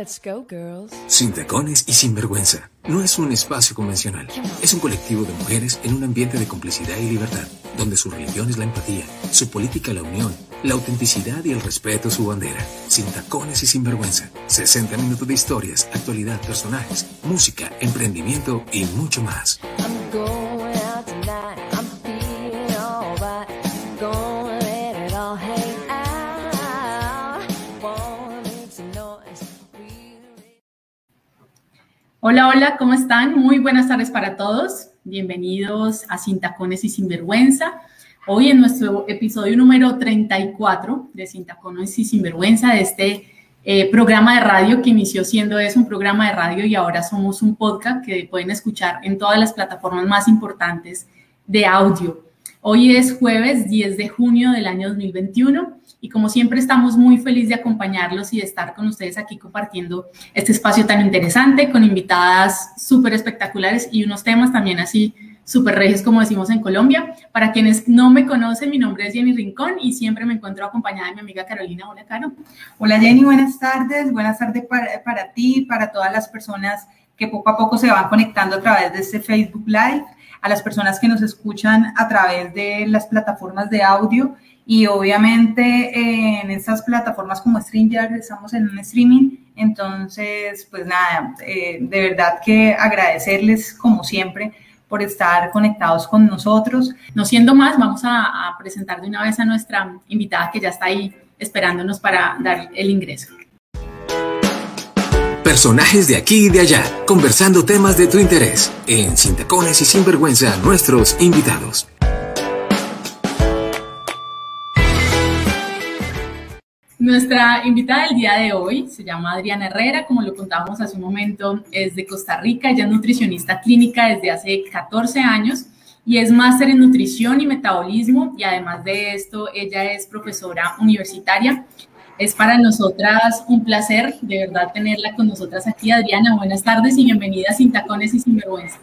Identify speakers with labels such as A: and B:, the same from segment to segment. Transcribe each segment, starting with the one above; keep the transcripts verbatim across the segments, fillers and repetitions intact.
A: Let's go, girls.
B: Sin tacones y sin vergüenza. No es un espacio convencional. Es un colectivo de mujeres en un ambiente de complicidad y libertad, donde su religión es la empatía, su política la unión, la autenticidad y el respeto su bandera. Sin tacones y sin vergüenza. sesenta minutos de historias, actualidad, personajes, música, emprendimiento y mucho más.
A: I'm going out tonight. I'm feeling alright. Gonna let it all hang out. Wanna make some noise.
C: Hola, hola, ¿cómo están? Muy buenas tardes para todos. Bienvenidos a Sin Tacones y Sin Vergüenza. Hoy en nuestro episodio número treinta y cuatro de Sin Tacones y Sin Vergüenza, de este eh, programa de radio que inició siendo eso, un programa de radio, y ahora somos un podcast que pueden escuchar en todas las plataformas más importantes de audio. Hoy es jueves diez de junio del año dos mil veintiuno y como siempre estamos muy felices de acompañarlos y de estar con ustedes aquí compartiendo este espacio tan interesante con invitadas súper espectaculares y unos temas también así súper regios, como decimos en Colombia. Para quienes no me conocen, mi nombre es Jenny Rincón y siempre me encuentro acompañada de mi amiga Carolina. Hola, Caro.
D: Hola, Jenny, buenas tardes. Buenas tardes para, para ti, para todas las personas que poco a poco se van conectando a través de este Facebook Live, a las personas que nos escuchan a través de las plataformas de audio y obviamente eh, en estas plataformas como StreamYard estamos en un streaming. Entonces, pues nada, eh, de verdad que agradecerles como siempre por estar conectados con nosotros.
C: No siendo más, vamos a, a presentar de una vez a nuestra invitada que ya está ahí esperándonos para dar el ingreso.
B: Personajes de aquí y de allá, conversando temas de tu interés. En Sin Tacones y Sin Vergüenza, nuestros invitados.
C: Nuestra invitada del día de hoy se llama Adriana Herrera, como lo contábamos hace un momento, es de Costa Rica. Ella es nutricionista clínica desde hace catorce años y es máster en nutrición y metabolismo, y además de esto, ella es profesora universitaria. Es para nosotras un placer, de verdad, tenerla con nosotras aquí. Adriana, buenas tardes y bienvenida a Sin Tacones y Sin Vergüenza.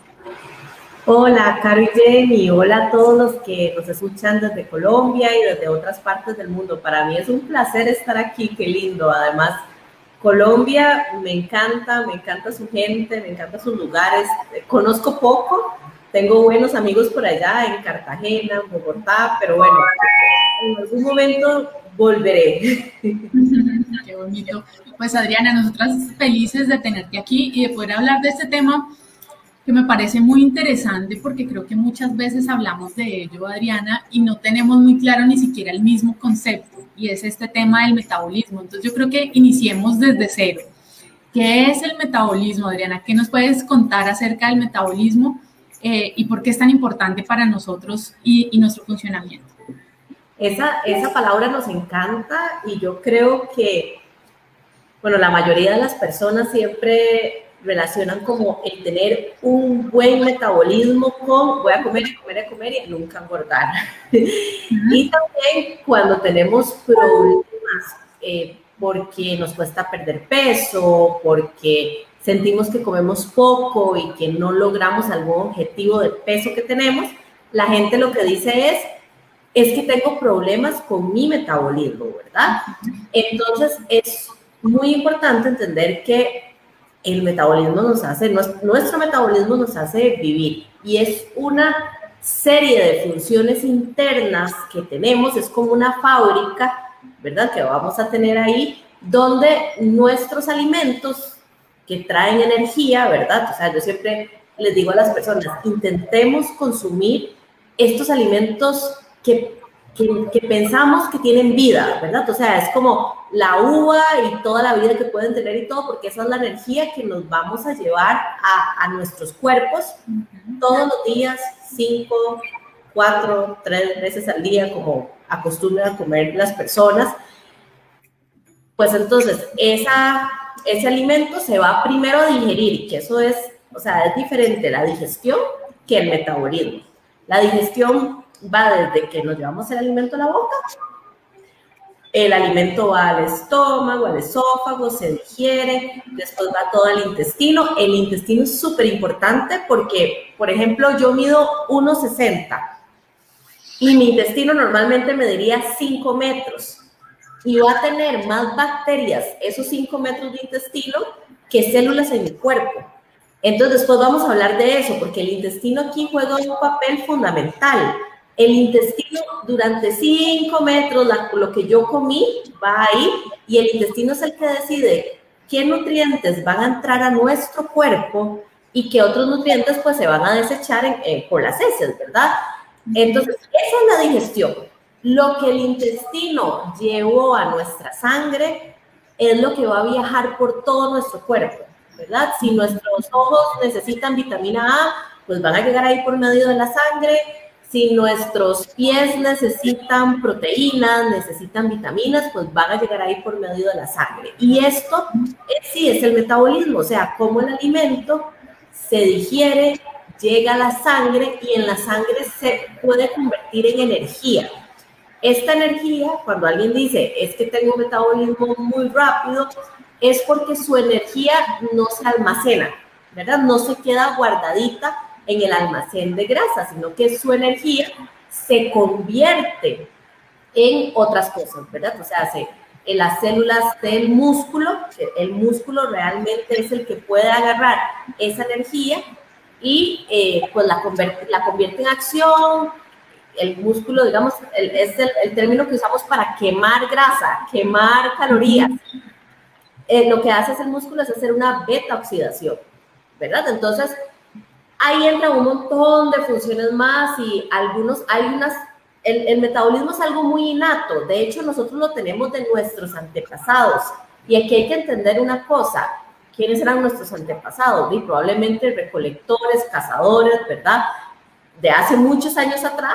E: Hola, Caro y Jenny, hola a todos los que nos escuchan desde Colombia y desde otras partes del mundo. Para mí es un placer estar aquí, qué lindo. Además, Colombia me encanta, me encanta su gente, me encanta sus lugares. Conozco poco, tengo buenos amigos por allá en Cartagena, en Bogotá, pero bueno, en algún momento volveré.
C: Qué bonito. Pues Adriana, nosotras felices de tenerte aquí y de poder hablar de este tema que me parece muy interesante, porque creo que muchas veces hablamos de ello, Adriana, y no tenemos muy claro ni siquiera el mismo concepto, y es este tema del metabolismo. Entonces yo creo que iniciemos desde cero. ¿Qué es el metabolismo, Adriana? ¿Qué nos puedes contar acerca del metabolismo eh, y por qué es tan importante para nosotros y, y nuestro funcionamiento?
E: Esa, esa palabra nos encanta y yo creo que, bueno, la mayoría de las personas siempre relacionan como el tener un buen metabolismo con voy a comer y comer y comer y nunca engordar. Uh-huh. Y también cuando tenemos problemas eh, porque nos cuesta perder peso, porque sentimos que comemos poco y que no logramos algún objetivo de peso que tenemos, la gente lo que dice es es que tengo problemas con mi metabolismo, ¿verdad? Entonces es muy importante entender que el metabolismo nos hace, nuestro metabolismo nos hace vivir y es una serie de funciones internas que tenemos, es como una fábrica, ¿verdad? Que vamos a tener ahí, donde nuestros alimentos que traen energía, ¿verdad? O sea, yo siempre les digo a las personas, intentemos consumir estos alimentos que Que, que pensamos que tienen vida, ¿verdad? O sea, es como la uva y toda la vida que pueden tener y todo, porque esa es la energía que nos vamos a llevar a, a nuestros cuerpos todos los días, cinco, cuatro, tres veces al día, como acostumbran a comer las personas. Pues entonces, esa, ese alimento se va primero a digerir, que eso es, o sea, es diferente la digestión que el metabolismo. La digestión va desde que nos llevamos el alimento a la boca, el alimento va al estómago, al esófago, se digiere, después va todo al intestino. El intestino es súper importante porque, por ejemplo, yo mido uno sesenta y mi intestino normalmente mediría cinco metros. y va a tener más bacterias, esos cinco metros de intestino, que células en mi cuerpo. Entonces, después vamos a hablar de eso, porque el intestino aquí juega un papel fundamental. El intestino durante cinco metros, la, lo que yo comí va ahí, y el intestino es el que decide qué nutrientes van a entrar a nuestro cuerpo y qué otros nutrientes pues se van a desechar en, eh, por las heces, ¿verdad? Entonces, esa es la digestión. Lo que el intestino llevó a nuestra sangre es lo que va a viajar por todo nuestro cuerpo, ¿verdad? Si nuestros ojos necesitan vitamina A, pues van a llegar ahí por medio de la sangre. Si nuestros pies necesitan proteínas, necesitan vitaminas, pues van a llegar ahí por medio de la sangre. Y esto es, sí es el metabolismo, o sea, cómo el alimento se digiere, llega a la sangre y en la sangre se puede convertir en energía. Esta energía, cuando alguien dice, es que tengo un metabolismo muy rápido, es porque su energía no se almacena, ¿verdad? No se queda guardadita en el almacén de grasa, sino que su energía se convierte en otras cosas, ¿verdad? O sea, se, en las células del músculo, el músculo realmente es el que puede agarrar esa energía y eh, pues la convierte, la convierte en acción. El músculo, digamos, el, es el, el término que usamos para quemar grasa, quemar calorías. Eh, lo que hace ese músculo es hacer una beta oxidación, ¿verdad? Entonces, ahí entra un montón de funciones más y algunos, hay unas, el, el metabolismo es algo muy innato. De hecho, nosotros lo tenemos de nuestros antepasados. Y aquí hay que entender una cosa. ¿Quiénes eran nuestros antepasados? Y probablemente recolectores, cazadores, ¿verdad? De hace muchos años atrás.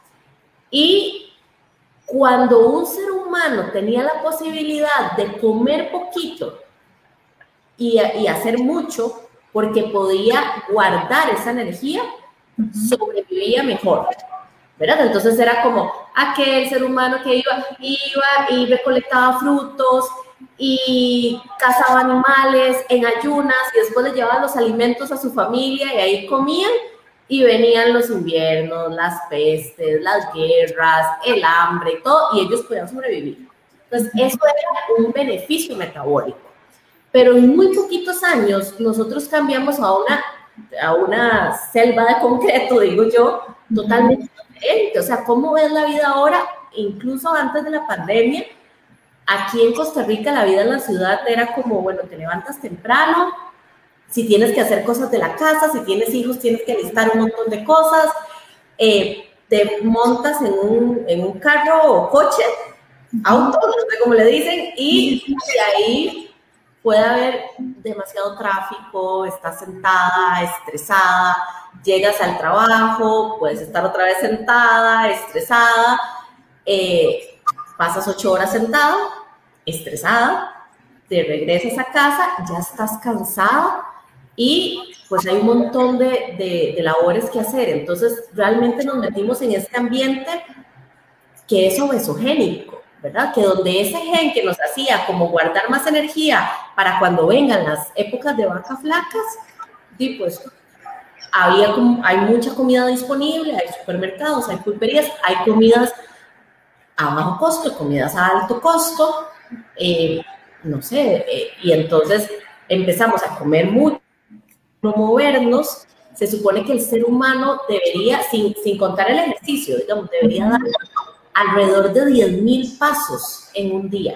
E: Y cuando un ser humano tenía la posibilidad de comer poquito y, y hacer mucho, porque podía guardar esa energía, sobrevivía mejor, ¿verdad? Entonces era como aquel ser humano que iba, iba y recolectaba frutos y cazaba animales en ayunas y después le llevaba los alimentos a su familia y ahí comían. Y venían los inviernos, las pestes, las guerras, el hambre y todo, y ellos podían sobrevivir. Entonces, eso era un beneficio metabólico. Pero en muy poquitos años, nosotros cambiamos a una, a una selva de concreto, digo yo, totalmente diferente. O sea, ¿cómo ves la vida ahora? Incluso antes de la pandemia, aquí en Costa Rica, la vida en la ciudad era como, bueno, te levantas temprano, si tienes que hacer cosas de la casa, si tienes hijos, tienes que listar un montón de cosas, eh, te montas en un, en un carro o coche, auto, no sé cómo le dicen, y de ahí puede haber demasiado tráfico, estás sentada, estresada, llegas al trabajo, puedes estar otra vez sentada, estresada, eh, pasas ocho horas sentada, estresada, te regresas a casa, ya estás cansada, y pues hay un montón de, de, de labores que hacer. Entonces realmente nos metimos en este ambiente que es obesogénico, ¿verdad? Que donde ese gen que nos hacía como guardar más energía para cuando vengan las épocas de vacas flacas, y pues había, hay mucha comida disponible, hay supermercados, hay pulperías, hay comidas a bajo costo, comidas a alto costo, eh, no sé, eh, y entonces empezamos a comer mucho, no movernos. Se supone que el ser humano debería, sin, sin contar el ejercicio, digamos, debería dar alrededor de diez mil pasos en un día.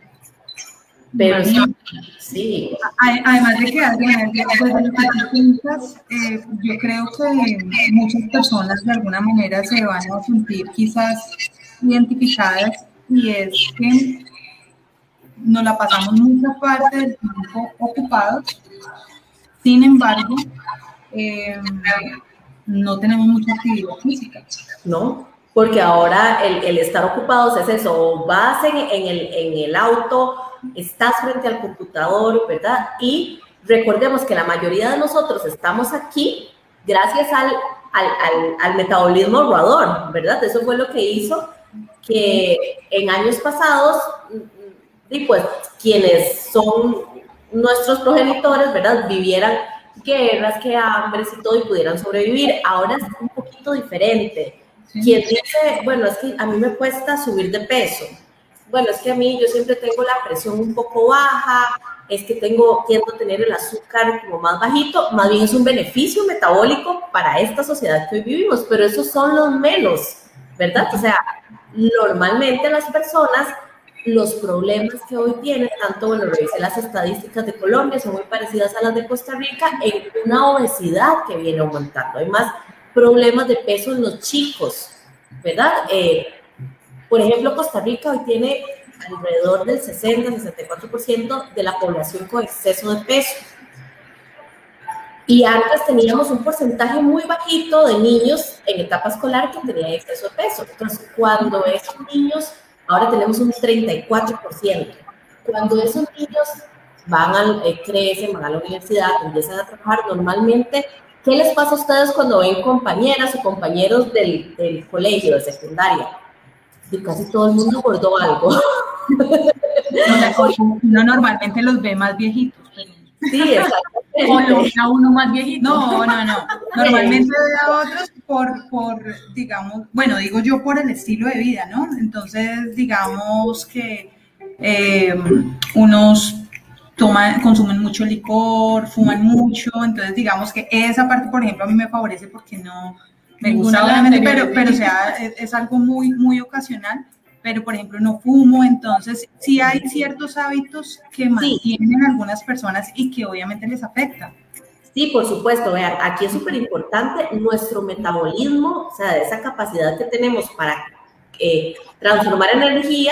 E: Pero sí, sí.
D: Además de que, Adriana, desde lo que tú piensas, eh, yo creo que muchas personas de alguna manera se van a sentir quizás identificadas, y es que nos la pasamos mucha parte del tiempo ocupados. Sin embargo, eh, no tenemos mucha actividad física.
E: No, porque ahora el, el estar ocupados es eso, o vas en, en, el, en el auto, estás frente al computador, ¿verdad? Y recordemos que la mayoría de nosotros estamos aquí gracias al, al, al, al metabolismo roador, ¿verdad? Eso fue lo que hizo que en años pasados, y pues quienes son nuestros progenitores, ¿verdad?, vivieran guerras, que hambres y todo y pudieran sobrevivir. Ahora es un poquito diferente. Sí. Quien dice, bueno, es que a mí me cuesta subir de peso, bueno, es que a mí yo siempre tengo la presión un poco baja, es que tengo, tiendo a tener el azúcar como más bajito, más bien es un beneficio metabólico para esta sociedad que hoy vivimos, pero esos son los menos, ¿verdad? O sea, normalmente las personas, los problemas que hoy tienen, tanto, bueno, revisé las estadísticas de Colombia, son muy parecidas a las de Costa Rica, en una obesidad que viene aumentando. Hay más problemas de peso en los chicos, ¿verdad? Eh, por ejemplo, Costa Rica hoy tiene alrededor del sesenta a sesenta y cuatro por ciento de la población con exceso de peso. Y antes teníamos un porcentaje muy bajito de niños en etapa escolar que tenían exceso de peso. Entonces, cuando esos niños, ahora tenemos un treinta y cuatro por ciento. Cuando esos niños van a, eh, crecen, van a la universidad, empiezan a trabajar, normalmente, ¿qué les pasa a ustedes cuando ven compañeras o compañeros del, del colegio, de secundaria? Y casi todo el mundo engordó algo.
D: Uno normalmente los ve más viejitos.
E: Sí, exactamente.
C: O lo ve a uno más viejito.
D: No, no, no. Normalmente ve a otros por, por, digamos, bueno, digo yo por el estilo de vida, ¿no? Entonces, digamos que eh, unos toman, consumen mucho licor, fuman mucho, entonces digamos que esa parte, por ejemplo, a mí me favorece porque no me gusta, obviamente, pero, pero o sea, es, es algo muy, muy ocasional. Pero, por ejemplo, no fumo, entonces sí hay ciertos hábitos que mantienen sí. algunas personas y que obviamente les afecta.
E: Sí, por supuesto, vean, aquí es súper importante nuestro metabolismo, o sea, esa capacidad que tenemos para eh, transformar energía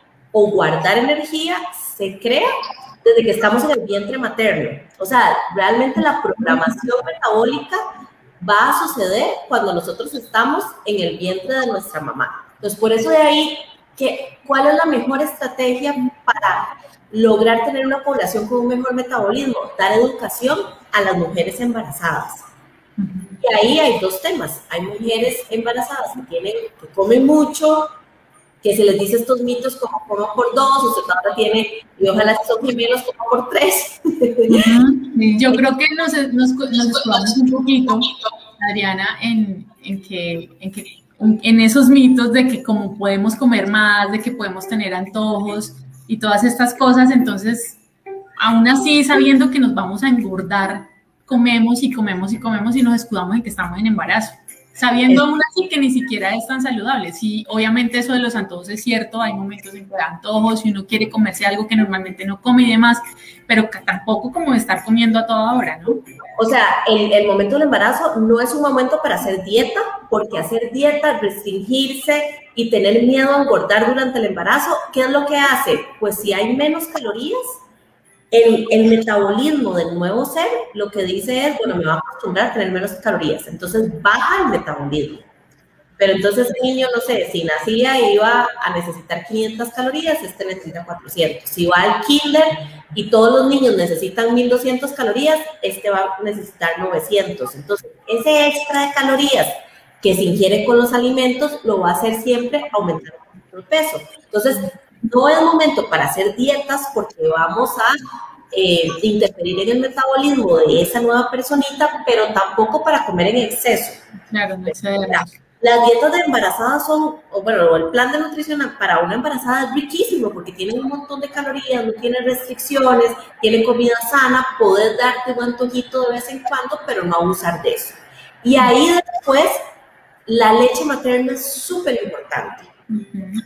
E: o guardar energía, se crea desde que estamos en el vientre materno. O sea, realmente la programación metabólica va a suceder cuando nosotros estamos en el vientre de nuestra mamá. Entonces, por eso de ahí, que, ¿cuál es la mejor estrategia para lograr tener una población con un mejor metabolismo? Dar educación a las mujeres embarazadas. Uh-huh. Y ahí hay dos temas. Hay mujeres embarazadas que, tienen, que comen mucho, que se les dice estos mitos como coman por dos, usted ahora tiene, y ojalá si son gemelos, coman por tres.
C: Uh-huh. Yo creo que nos, nos, nos escudamos un poquito, Adriana, en, en que... En que en esos mitos de que como podemos comer más, de que podemos tener antojos y todas estas cosas, entonces, aún así, sabiendo que nos vamos a engordar, comemos y comemos y comemos y nos escudamos en que estamos en embarazo, sabiendo aún así que ni siquiera es tan saludable. Sí, obviamente eso de los antojos es cierto, hay momentos en que da antojos y uno quiere comerse algo que normalmente no come y demás, pero tampoco como de estar comiendo a toda hora, ¿no?
E: O sea, el, el momento del embarazo no es un momento para hacer dieta, porque hacer dieta, restringirse y tener miedo a engordar durante el embarazo, ¿qué es lo que hace? Pues si hay menos calorías, el, el metabolismo del nuevo ser lo que dice es, bueno, me va a acostumbrar a tener menos calorías, entonces baja el metabolismo. Pero entonces el niño, no sé, si nacía y iba a necesitar quinientas calorías, este necesita cuatrocientos. Si va al kinder y todos los niños necesitan mil doscientas calorías, este va a necesitar novecientos. Entonces, ese extra de calorías que se ingiere con los alimentos lo va a hacer siempre aumentar el peso. Entonces, no es momento para hacer dietas porque vamos a eh, interferir en el metabolismo de esa nueva personita, pero tampoco para comer en exceso.
C: Claro, no sé.
E: Las dietas de embarazadas son, o bueno, el plan de nutrición para una embarazada es riquísimo porque tienen un montón de calorías, no tienen restricciones, tienen comida sana, puedes darte un antojito de vez en cuando, pero no abusar de eso. Y ahí después, la leche materna es súper importante. Uh-huh.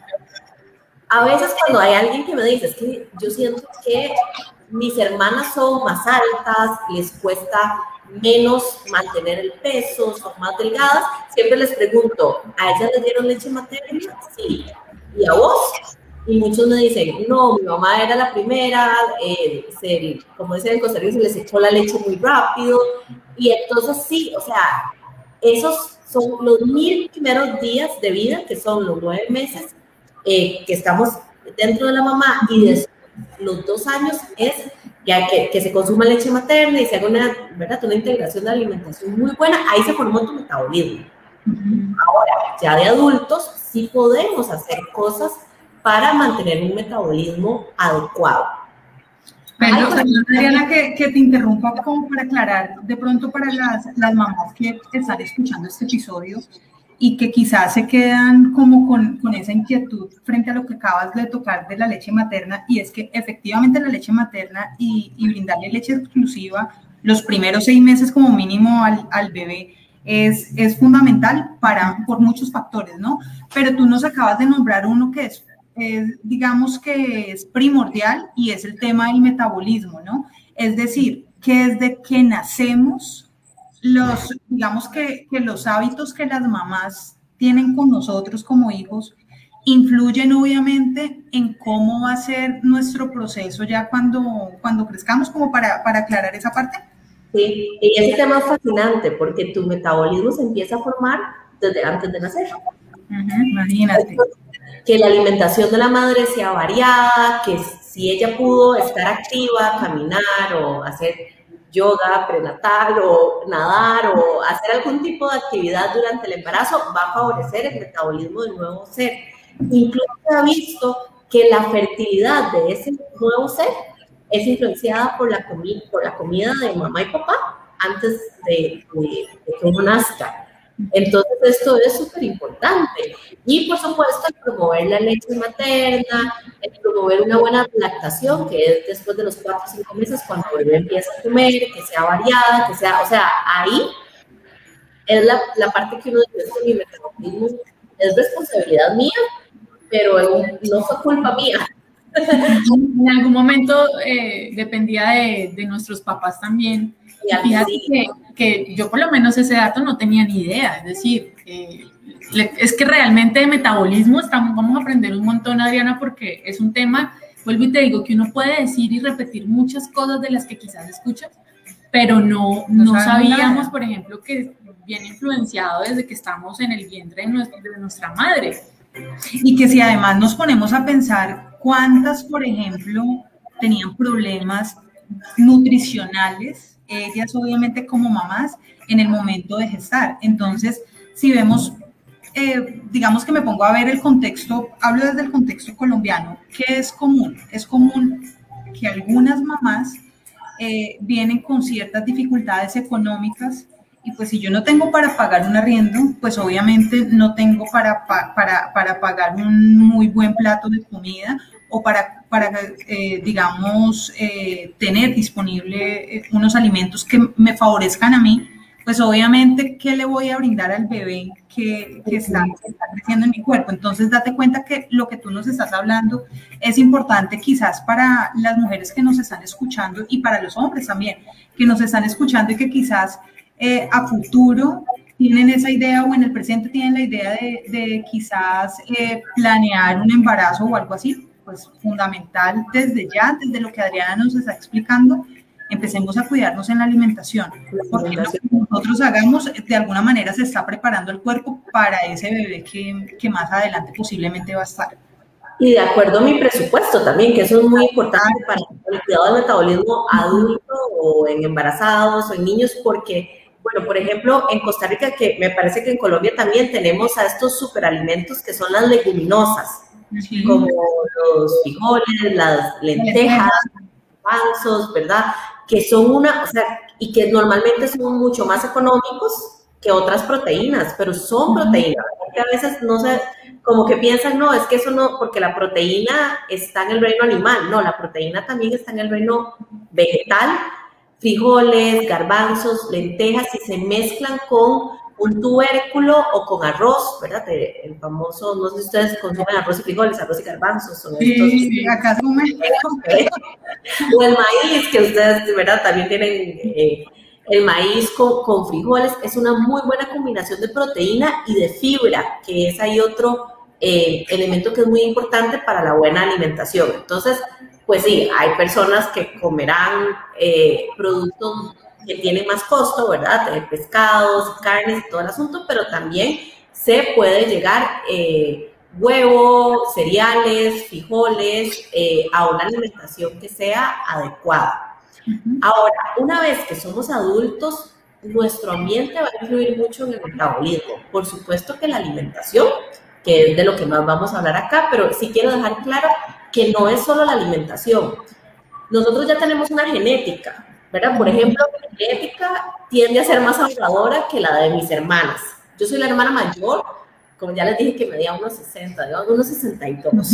E: A veces cuando hay alguien que me dice, es que yo siento que mis hermanas son más altas, les cuesta menos mantener el peso, son más delgadas, siempre les pregunto, ¿a ellas les dieron leche materna? Sí. ¿Y a vos? Y muchos me dicen, no, mi mamá era la primera, eh, se, como dicen en Costa Rica, se les echó la leche muy rápido, y entonces sí, o sea, esos son los mil primeros días de vida, que son los nueve meses, eh, que estamos dentro de la mamá, y después los dos años es ya que, que se consuma leche materna y se haga una, ¿verdad? Una integración de alimentación muy buena, ahí se formó tu metabolismo. Uh-huh. Ahora, ya de adultos, sí podemos hacer cosas para mantener un metabolismo adecuado.
D: Pero, Adriana, que, que te interrumpa como para aclarar, de pronto para las, las mamás que están escuchando este episodio, y que quizás se quedan como con, con esa inquietud frente a lo que acabas de tocar de la leche materna, y es que efectivamente la leche materna y, y brindarle leche exclusiva los primeros seis meses como mínimo al, al bebé es, es fundamental para, por muchos factores, ¿no? Pero tú nos acabas de nombrar uno que es, es, digamos que es primordial, y es el tema del metabolismo, ¿no? Es decir, que desde que nacemos, los, digamos que, que los hábitos que las mamás tienen con nosotros como hijos influyen obviamente en cómo va a ser nuestro proceso ya cuando, cuando crezcamos, como para, para aclarar esa parte.
E: Sí, y ese tema es fascinante porque tu metabolismo se empieza a formar desde antes de nacer.
D: Uh-huh, imagínate.
E: Que la alimentación de la madre sea variada, que si ella pudo estar activa, caminar o hacer yoga prenatal o nadar o hacer algún tipo de actividad durante el embarazo, va a favorecer el metabolismo del nuevo ser. Incluso se ha visto que la fertilidad de ese nuevo ser es influenciada por la, comi por la comida de mamá y papá antes de, de, de que uno nazca. Entonces esto es súper importante. Y por supuesto el promover la leche materna, el promover una buena lactación, que es después de los cuatro o cinco meses cuando el bebé empieza a comer, que sea variada, que sea, o sea, ahí es la, la parte que uno dice que mi metabolismo es responsabilidad mía, pero no fue culpa mía.
C: En algún momento eh, dependía de, de nuestros papás también. Y fíjate sí. que, que yo por lo menos ese dato no tenía ni idea, es decir, eh, es que realmente de metabolismo estamos, vamos a aprender un montón, Adriana, porque es un tema, vuelvo y te digo, que uno puede decir y repetir muchas cosas de las que quizás escuchas, pero no, no, no sabíamos, nada. Por ejemplo, que viene influenciado desde que estamos en el vientre de nuestra, de nuestra madre.
D: Y que si además nos ponemos a pensar cuántas, por ejemplo, tenían problemas nutricionales, ellas obviamente como mamás, en el momento de gestar. Entonces, si vemos, eh, digamos que me pongo a ver el contexto, hablo desde el contexto colombiano, ¿qué es común? Es común que algunas mamás eh, vienen con ciertas dificultades económicas, y pues si yo no tengo para pagar un arriendo, pues obviamente no tengo para, para, para pagar un muy buen plato de comida, o para, para eh, digamos, eh, tener disponible unos alimentos que me favorezcan a mí, pues obviamente, ¿qué le voy a brindar al bebé que, que, está, que está creciendo en mi cuerpo? Entonces, date cuenta que lo que tú nos estás hablando es importante quizás para las mujeres que nos están escuchando, y para los hombres también, que nos están escuchando y que quizás eh, a futuro tienen esa idea, o en el presente tienen la idea de, de quizás eh, planear un embarazo o algo así. Pues fundamental desde ya, desde lo que Adriana nos está explicando, empecemos a cuidarnos en la alimentación, porque lo que nosotros hagamos de alguna manera se está preparando el cuerpo para ese bebé que, que más adelante posiblemente va a estar.
E: Y de acuerdo a mi presupuesto también, que eso es muy importante para el cuidado del metabolismo adulto o en embarazados o en niños, porque, bueno, por ejemplo, en Costa Rica, que me parece que en Colombia también tenemos a estos superalimentos que son las leguminosas, sí, como los frijoles, las lentejas, panzos, ¿verdad? Que son una, o sea, y que normalmente son mucho más económicos que otras proteínas, pero son proteínas, porque a veces no se, como que piensan, no, es que eso no, porque la proteína está en el reino animal, no, la proteína también está en el reino vegetal, frijoles, garbanzos, lentejas, y se mezclan con un tubérculo o con arroz, ¿verdad? El famoso, no sé si ustedes consumen arroz y frijoles, arroz y garbanzos. Son
D: sí,
E: estos,
D: sí, acá se come.
E: O el maíz, que ustedes, ¿verdad? También tienen eh, el maíz con, con frijoles. Es una muy buena combinación de proteína y de fibra, que es ahí otro eh, elemento que es muy importante para la buena alimentación. Entonces, pues sí, hay personas que comerán eh, productos que tienen más costo, ¿verdad? De pescados, carnes y todo el asunto, pero también se puede llegar eh, huevo, cereales, frijoles, eh, a una alimentación que sea adecuada. Uh-huh. Ahora, una vez que somos adultos, nuestro ambiente va a influir mucho en el metabolismo. Por supuesto que la alimentación, que es de lo que más vamos a hablar acá, pero sí quiero dejar claro que no es solo la alimentación. Nosotros ya tenemos una genética, ¿verdad? Por ejemplo, mi genética tiende a ser más ahorradora que la de mis hermanas. Yo soy la hermana mayor, como ya les dije que medía uno sesenta, yo uno sesenta y dos.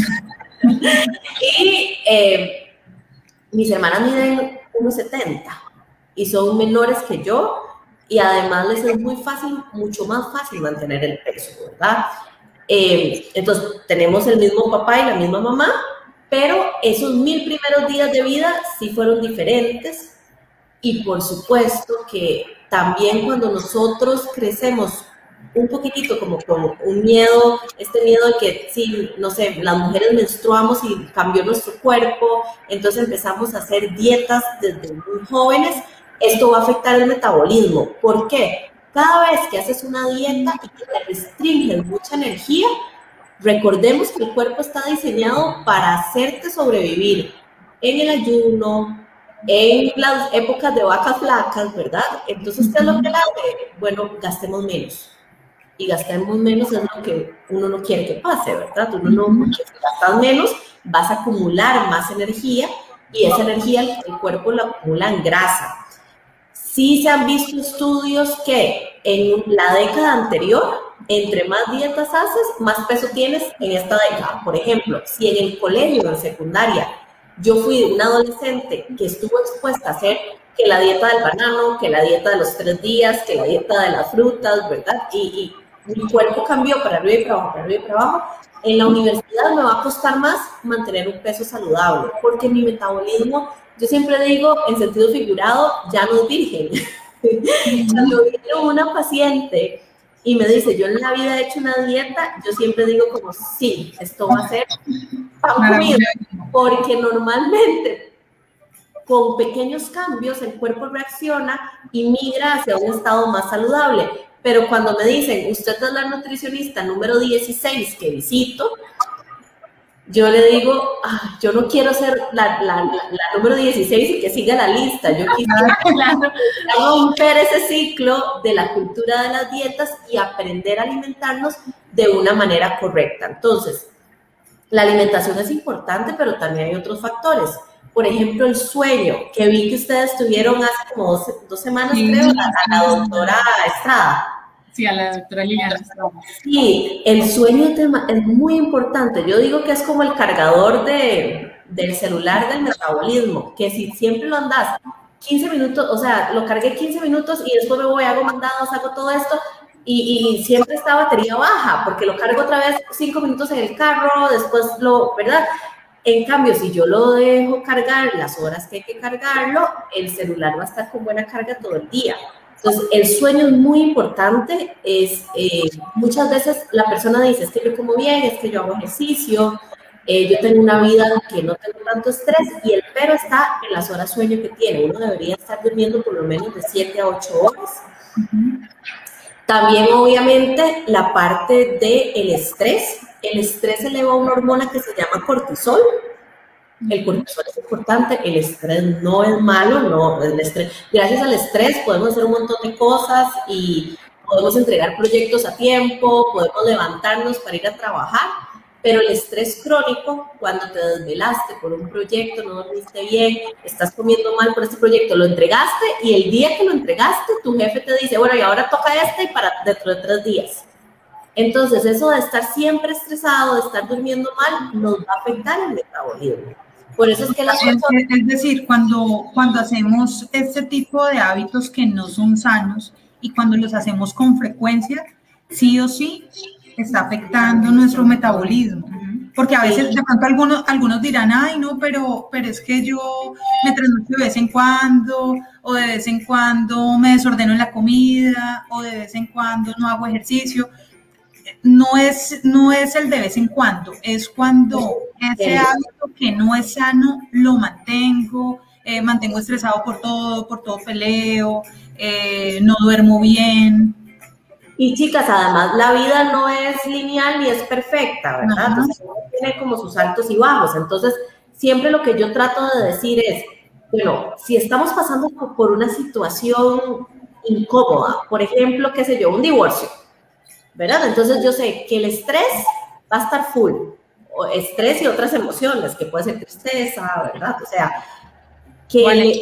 E: Y eh, mis hermanas miden uno setenta y son menores que yo, y además les es muy fácil, mucho más fácil mantener el peso, ¿verdad? Eh, entonces, tenemos el mismo papá y la misma mamá, pero esos mil primeros días de vida sí fueron diferentes, y por supuesto que también cuando nosotros crecemos un poquitito como con un miedo, este miedo de que sí, no sé, las mujeres menstruamos y cambió nuestro cuerpo, entonces empezamos a hacer dietas desde muy jóvenes, esto va a afectar el metabolismo. ¿Por qué? Cada vez que haces una dieta y que te restringes mucha energía, recordemos que el cuerpo está diseñado para hacerte sobrevivir en el ayuno, en las épocas de vacas flacas, ¿verdad? Entonces, ¿qué es lo que hace? Bueno, gastemos menos. Y gastemos menos es lo que uno no quiere que pase, ¿verdad? Uno no, porque si gastas menos, vas a acumular más energía, y esa energía el cuerpo la acumula en grasa. Sí se han visto estudios que en la década anterior, entre más dietas haces, más peso tienes en esta década. Por ejemplo, si en el colegio, en secundaria, yo fui una adolescente que estuvo expuesta a hacer que la dieta del banano, que la dieta de los tres días, que la dieta de las frutas, ¿verdad? Y, y mi cuerpo cambió para arriba y para abajo, para arriba y para abajo. En la universidad me va a costar más mantener un peso saludable, porque mi metabolismo, yo siempre digo, en sentido figurado, ya no es virgen. Cuando viene una paciente y me dice, yo en la vida he hecho una dieta, yo siempre digo como, sí, esto va a ser pan comido, porque normalmente con pequeños cambios el cuerpo reacciona y migra hacia un estado más saludable. Pero cuando me dicen, usted es la nutricionista número dieciséis que visito, yo le digo, ah, yo no quiero ser la, la, la, la número dieciséis y que siga la lista. Yo quisiera claro, romper ese ciclo de la cultura de las dietas y aprender a alimentarnos de una manera correcta. Entonces, la alimentación es importante, pero también hay otros factores. Por ejemplo, el sueño, que vi que ustedes tuvieron hace como dos, dos semanas, sí, creo, a la doctora Estrada.
C: Sí, a la doctora Liliana Estrada.
E: Sí, el sueño es muy importante. Yo digo que es como el cargador de, del celular del metabolismo, que si siempre lo andas quince minutos, o sea, lo cargué quince minutos y después me voy, hago mandados, hago todo esto, y, y siempre está batería baja, porque lo cargo otra vez cinco minutos en el carro, después lo, ¿verdad? En cambio, si yo lo dejo cargar las horas que hay que cargarlo, el celular va a estar con buena carga todo el día. Entonces, el sueño es muy importante. Es, eh, muchas veces la persona dice, es que yo como bien, es que yo hago ejercicio, eh, yo tengo una vida que no tengo tanto estrés, y el pero está en las horas sueño que tiene. Uno debería estar durmiendo por lo menos de siete a ocho horas. Uh-huh. También, obviamente, la parte del estrés. El estrés eleva una hormona que se llama cortisol. El cortisol es importante, el estrés no es malo, no, el estrés, gracias al estrés podemos hacer un montón de cosas y podemos entregar proyectos a tiempo, podemos levantarnos para ir a trabajar, pero el estrés crónico, cuando te desvelaste por un proyecto, no dormiste bien, estás comiendo mal por este proyecto, lo entregaste y el día que lo entregaste, tu jefe te dice, bueno, y ahora toca este y para dentro de tres días. Entonces, eso de estar siempre estresado, de estar durmiendo mal, nos va a afectar el metabolismo. Por eso es que las
D: personas... Es decir, cuando, cuando hacemos este tipo de hábitos que no son sanos y cuando los hacemos con frecuencia, sí o sí está afectando nuestro metabolismo. Porque a veces de pronto algunos, algunos dirán, ay, no, pero, pero es que yo me trasnocho de vez en cuando, o de vez en cuando me desordeno en la comida, o de vez en cuando no hago ejercicio. No es, no es el de vez en cuando, es cuando ese hábito que no es sano lo mantengo, eh, mantengo estresado por todo, por todo peleo, eh, no duermo bien.
E: Y chicas, además la vida no es lineal ni es perfecta, ¿verdad?
D: Uh-huh.
E: Entonces, tiene como sus altos y bajos. Entonces, siempre lo que yo trato de decir es, bueno, si estamos pasando por una situación incómoda, por ejemplo, qué sé yo, un divorcio, ¿verdad? Entonces yo sé que el estrés va a estar full, o estrés y otras emociones, que puede ser tristeza, ¿verdad? O sea, que
D: Vale.
E: le-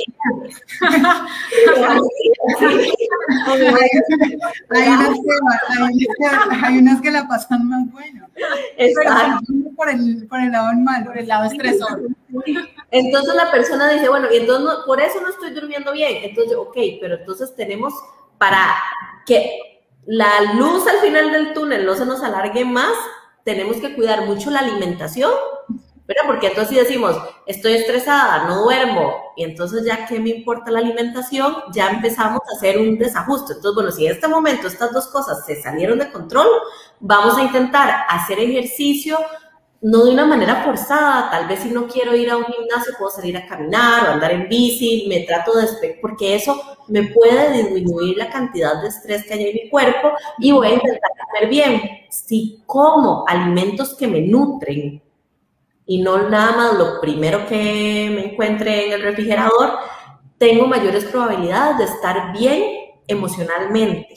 D: hay, hay unas que, hay, unas que, hay unas que la pasan más bueno, pero
E: Exacto.
D: seguimos por el, por el lado malo.
C: Por el lado estresor.
E: Entonces la persona dice, bueno, y entonces no- por eso no estoy durmiendo bien. Entonces, ok, pero entonces tenemos para que la luz al final del túnel no se nos alargue más, tenemos que cuidar mucho la alimentación, ¿verdad? Porque entonces si decimos, estoy estresada, no duermo, y entonces ya qué me importa la alimentación, ya empezamos a hacer un desajuste. Entonces, bueno, si en este momento estas dos cosas se salieron de control, vamos a intentar hacer ejercicio, no de una manera forzada. Tal vez si no quiero ir a un gimnasio, puedo salir a caminar o andar en bici, me trato de despejar, porque eso me puede disminuir la cantidad de estrés que hay en mi cuerpo y voy a intentar comer bien. Si como alimentos que me nutren y no nada más lo primero que me encuentre en el refrigerador, tengo mayores probabilidades de estar bien emocionalmente.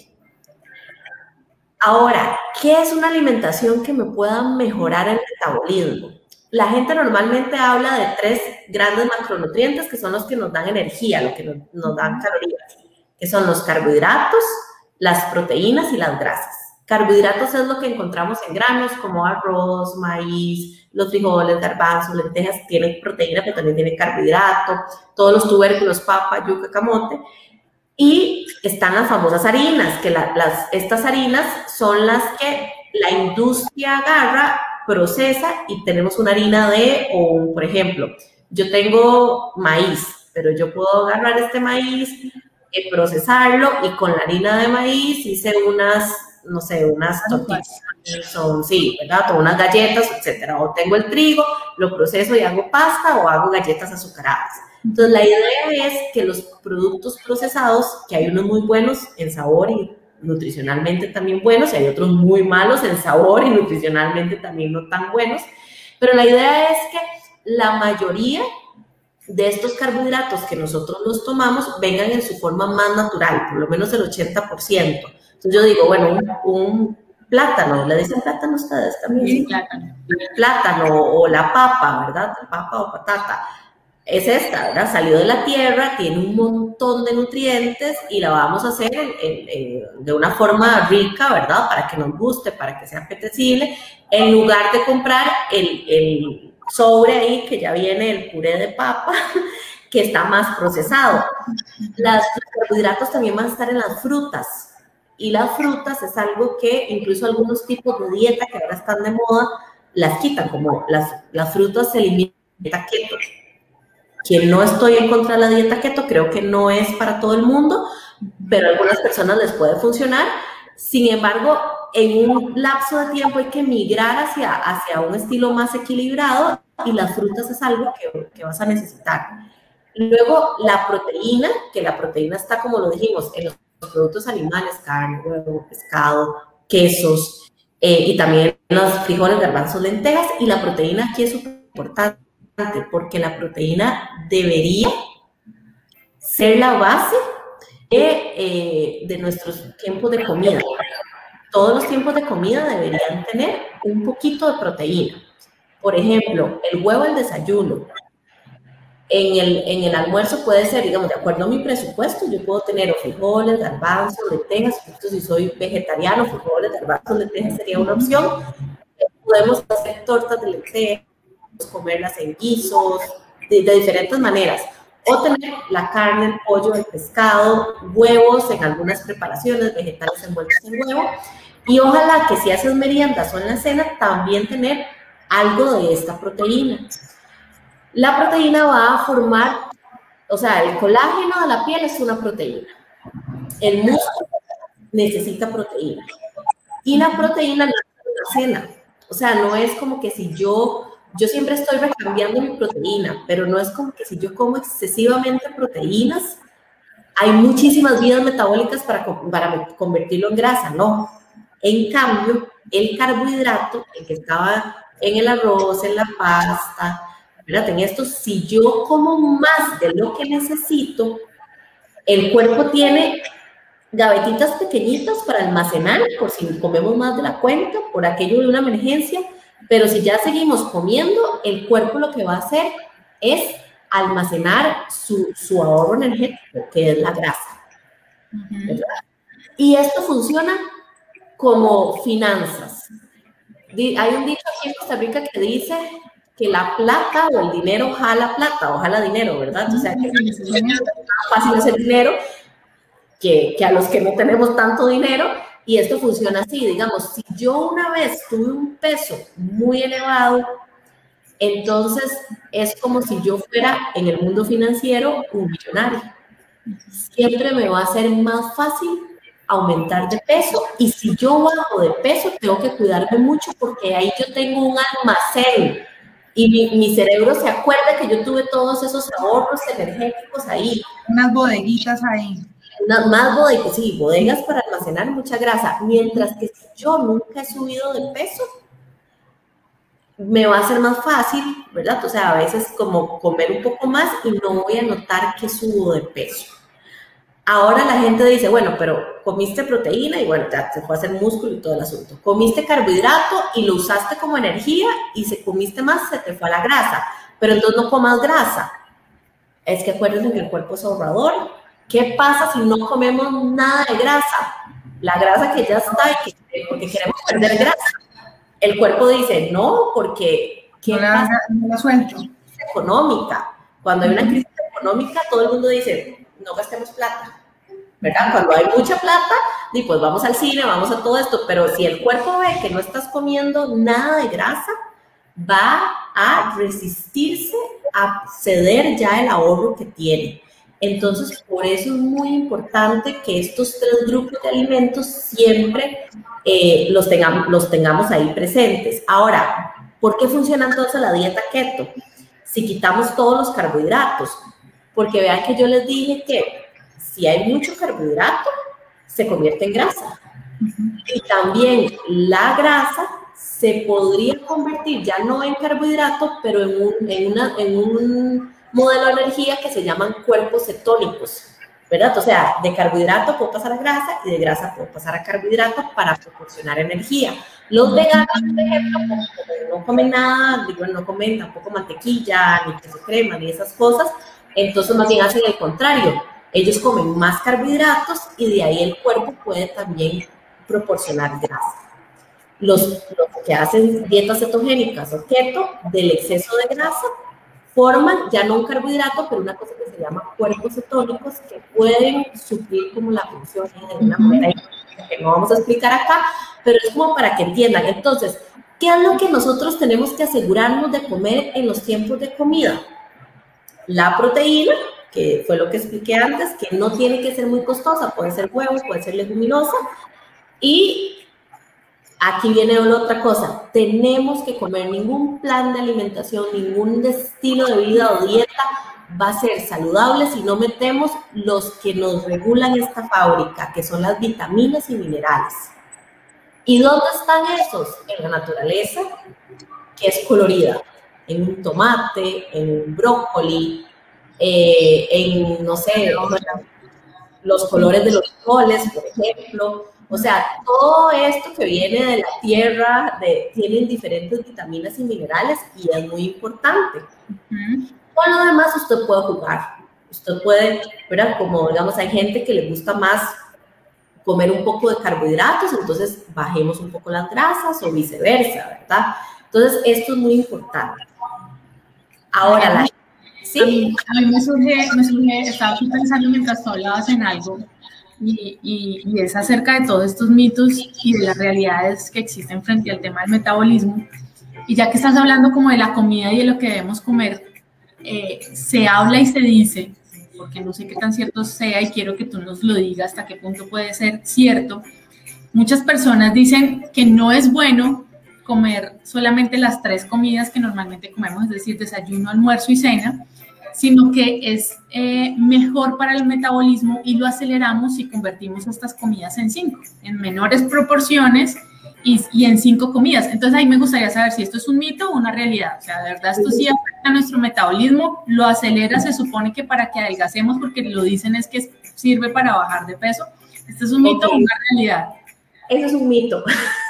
E: Ahora, ¿qué es una alimentación que me pueda mejorar el metabolismo? La gente normalmente habla de tres grandes macronutrientes que son los que nos dan energía, los que nos, nos dan calorías, que son los carbohidratos, las proteínas y las grasas. Carbohidratos es lo que encontramos en granos como arroz, maíz, los frijoles, garbanzos, lentejas, tienen proteína, pero también tienen carbohidrato, todos los tubérculos, papa, yuca, camote. Y están las famosas harinas, que la, las, estas harinas son las que la industria agarra, procesa y tenemos una harina de, o por ejemplo, yo tengo maíz, pero yo puedo agarrar este maíz, eh, procesarlo y con la harina de maíz hice unas, no sé, unas tortillas, son, sí, ¿verdad? O unas galletas, etcétera. O tengo el trigo, lo proceso y hago pasta o hago galletas azucaradas. Entonces, la idea es que los productos procesados, que hay unos muy buenos en sabor y nutricionalmente también buenos, y hay otros muy malos en sabor y nutricionalmente también no tan buenos, pero la idea es que la mayoría de estos carbohidratos que nosotros los tomamos vengan en su forma más natural, por lo menos el ochenta por ciento. Entonces, yo digo, bueno, un, un plátano, ¿le dicen plátano a ustedes también?
C: Sí, plátano.
E: El plátano o la papa, ¿verdad? La papa o patata. Es esta, ¿verdad? Salió de la tierra, tiene un montón de nutrientes y la vamos a hacer en, en, en, de una forma rica, ¿verdad? Para que nos guste, para que sea apetecible, en lugar de comprar el, el sobre ahí que ya viene el puré de papa, que está más procesado. Las, los carbohidratos también van a estar en las frutas. Y las frutas es algo que incluso algunos tipos de dieta que ahora están de moda las quitan, como las, las frutas se eliminan dieta keto. Quien no estoy en contra de la dieta keto, creo que no es para todo el mundo, pero a algunas personas les puede funcionar. Sin embargo, en un lapso de tiempo hay que migrar hacia, hacia un estilo más equilibrado y las frutas es algo que, que vas a necesitar. Luego, la proteína, que la proteína está, como lo dijimos, en los productos animales, carne, huevo, pescado, quesos, eh, y también los frijoles, garbanzos, lentejas, y la proteína aquí es súper importante, porque la proteína debería ser la base de, eh, de nuestros tiempos de comida. Todos los tiempos de comida deberían tener un poquito de proteína. Por ejemplo, el huevo al desayuno. En el, en el almuerzo puede ser, digamos, de acuerdo a mi presupuesto, yo puedo tener o frijoles, garbanzos, lentejas. Si soy vegetariano, frijoles, garbanzos, lentejas sería una opción. Podemos hacer tortas de lentejas, comerlas en guisos, de, de diferentes maneras. O tener la carne, el pollo, el pescado, huevos en algunas preparaciones, vegetales envueltos en huevo. Y ojalá que si haces meriendas o en la cena, también tener algo de esta proteína. La proteína va a formar, o sea, el colágeno de la piel es una proteína. El músculo necesita proteína. Y la proteína no es una cena. O sea, no es como que si yo... Yo siempre estoy recambiando mi proteína, pero no es como que si yo como excesivamente proteínas, hay muchísimas vías metabólicas para, para convertirlo en grasa, no. En cambio, el carbohidrato, el que estaba en el arroz, en la pasta, ¿verdad? En esto, si yo como más de lo que necesito, el cuerpo tiene gavetitas pequeñitas para almacenar, por si comemos más de la cuenta, por aquello de una emergencia. Pero si ya seguimos comiendo, el cuerpo lo que va a hacer es almacenar su, su ahorro energético, que es la grasa.
C: Ujú.
E: ¿Verdad? Y esto funciona como finanzas. Di- Hay un dicho aquí en Costa Rica que dice que la plata o el dinero jala plata o jala dinero, ¿verdad? O sea, que
C: Sí, sí, sí.
E: es más fácil hacer dinero que, que a los que no tenemos tanto dinero. Y esto funciona así, digamos, si yo una vez tuve un peso muy elevado, entonces es como si yo fuera en el mundo financiero un millonario. Siempre me va a ser más fácil aumentar de peso, y si yo bajo de peso tengo que cuidarme mucho porque ahí yo tengo un almacén y mi, mi cerebro se acuerda que yo tuve todos esos ahorros energéticos ahí.
D: Unas bodeguitas ahí.
E: Una- más bodegas, sí, bodegas para almacenar mucha grasa, mientras que si yo nunca he subido de peso, me va a ser más fácil, ¿verdad? O sea, a veces como comer un poco más y no voy a notar que subo de peso. Ahora la gente dice, bueno, pero comiste proteína y bueno, ya se fue a hacer músculo y todo el asunto. Comiste carbohidrato y lo usaste como energía, y si comiste más se te fue a la grasa, pero entonces no comas grasa. Es que acuérdense que el cuerpo es ahorrador. ¿Qué pasa si no comemos nada de grasa? La grasa que ya está y que, porque queremos perder grasa. El cuerpo dice, no, porque ¿qué
D: No la,
E: pasa?
D: no la suelto.
E: Crisis económica. Cuando hay una crisis económica, todo el mundo dice, no gastemos plata, ¿verdad? Cuando hay mucha plata, y pues vamos al cine, vamos a todo esto, pero si el cuerpo ve que no estás comiendo nada de grasa, va a resistirse a ceder ya el ahorro que tiene. Entonces, por eso es muy importante que estos tres grupos de alimentos siempre eh, los, tengamos, los tengamos ahí presentes. Ahora, ¿por qué funciona entonces la dieta keto? Si quitamos todos los carbohidratos, porque vean que yo les dije que si hay mucho carbohidrato, se convierte en grasa. Y también la grasa se podría convertir ya no en carbohidrato, pero en un, en una, en un modelo de energía que se llaman cuerpos cetónicos, ¿verdad? O sea, de carbohidrato puedo pasar a grasa y de grasa puedo pasar a carbohidrato para proporcionar energía. Los veganos, por ejemplo, como no comen nada, digo, no comen tampoco mantequilla, ni queso crema, ni esas cosas, entonces más bien hacen el contrario. Ellos comen más carbohidratos y de ahí el cuerpo puede también proporcionar grasa. Los, los que hacen dietas cetogénicas o keto, del exceso de grasa, forman ya no un carbohidrato, pero una cosa que se llama cuerpos cetónicos, que pueden suplir como la función de una manera que no vamos a explicar acá, pero es como para que entiendan. Entonces, ¿qué es lo que nosotros tenemos que asegurarnos de comer en los tiempos de comida? La proteína, que fue lo que expliqué antes, que no tiene que ser muy costosa, puede ser huevo, puede ser leguminosa, y aquí viene otra cosa, tenemos que comer, ningún plan de alimentación, ningún estilo de vida o dieta va a ser saludable si no metemos los que nos regulan esta fábrica, que son las vitaminas y minerales. ¿Y dónde están esos? En la naturaleza, que es colorida, en un tomate, en un brócoli, eh, en, no sé, los colores de los frijoles, por ejemplo. O sea, todo esto que viene de la tierra de, tienen diferentes vitaminas y minerales y es muy importante.
C: Ujú.
E: Con lo demás usted puede jugar. Usted puede, ¿verdad? Como digamos, hay gente que le gusta más comer un poco de carbohidratos, entonces bajemos un poco las grasas o viceversa, ¿verdad? Entonces, esto es muy importante. Ahora, la... ¿sí?
C: A mí, a mí me surge, me surge, estaba aquí pensando mientras tú hablabas en algo, y, y, y es acerca de todos estos mitos y de las realidades que existen frente al tema del metabolismo. Y ya que estás hablando como de la comida y de lo que debemos comer, eh, se habla y se dice, porque no sé qué tan cierto sea y quiero que tú nos lo digas hasta qué punto puede ser cierto. Muchas personas dicen que no es bueno comer solamente las tres comidas que normalmente comemos, es decir, desayuno, almuerzo y cena, sino que es eh, mejor para el metabolismo y lo aceleramos si convertimos estas comidas en cinco, en menores proporciones y, y en cinco comidas. Entonces ahí me gustaría saber si esto es un mito o una realidad. O sea, de verdad esto sí afecta a nuestro metabolismo, lo acelera, se supone que para que adelgacemos, porque lo dicen es que sirve para bajar de peso. ¿Esto es un mito okay. o una realidad?
E: Eso es un mito.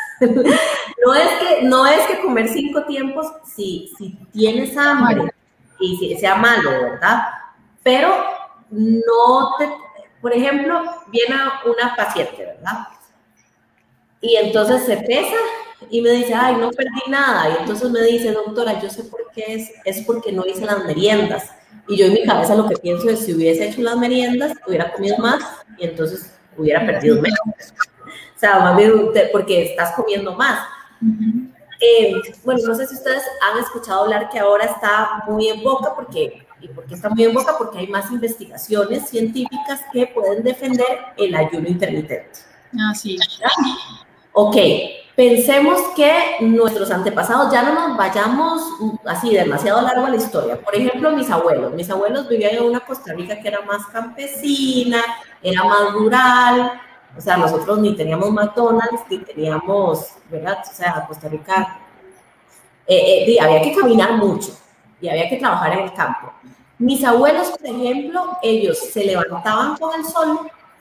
E: No es que, no es que comer cinco tiempos, si, si tienes hambre y sea malo, ¿verdad? Pero no te, por ejemplo, viene una paciente, ¿verdad? Y entonces se pesa y me dice, ay, no perdí nada. Y entonces me dice, doctora, yo sé por qué es, es porque no hice las meriendas. Y yo en mi cabeza lo que pienso es, si hubiese hecho las meriendas, hubiera comido más y entonces hubiera perdido menos. O sea, más bien porque estás comiendo más. Uh-huh. Eh, bueno, no sé si ustedes han escuchado hablar que ahora está muy en boca, porque, ¿y por qué está muy en boca? Porque hay más investigaciones científicas que pueden defender el ayuno intermitente.
C: Ah, sí.
E: Ok, pensemos que nuestros antepasados, ya no nos vayamos así demasiado largo a la historia. Por ejemplo, mis abuelos. Mis abuelos vivían en una Costa Rica que era más campesina, era más rural. O sea, nosotros ni teníamos McDonald's, ni teníamos, ¿verdad? O sea, Costa Rica, eh, eh, había que caminar mucho y había que trabajar en el campo. Mis abuelos, por ejemplo, ellos se levantaban con el sol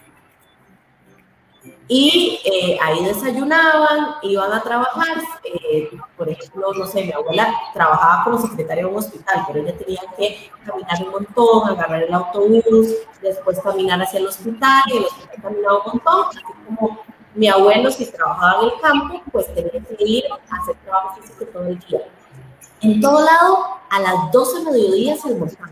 E: y eh, ahí desayunaban, iban a trabajar. Eh, por ejemplo, no sé, mi abuela trabajaba como secretaria en un hospital, pero ella tenía que caminar un montón, agarrar el autobús, después caminar hacia el hospital, y el hospital caminaba un montón. Así como mi abuelo, si trabajaba en el campo, pues tenía que ir a hacer trabajo físico todo el día. En todo lado, a las doce de mediodía se almorzaba.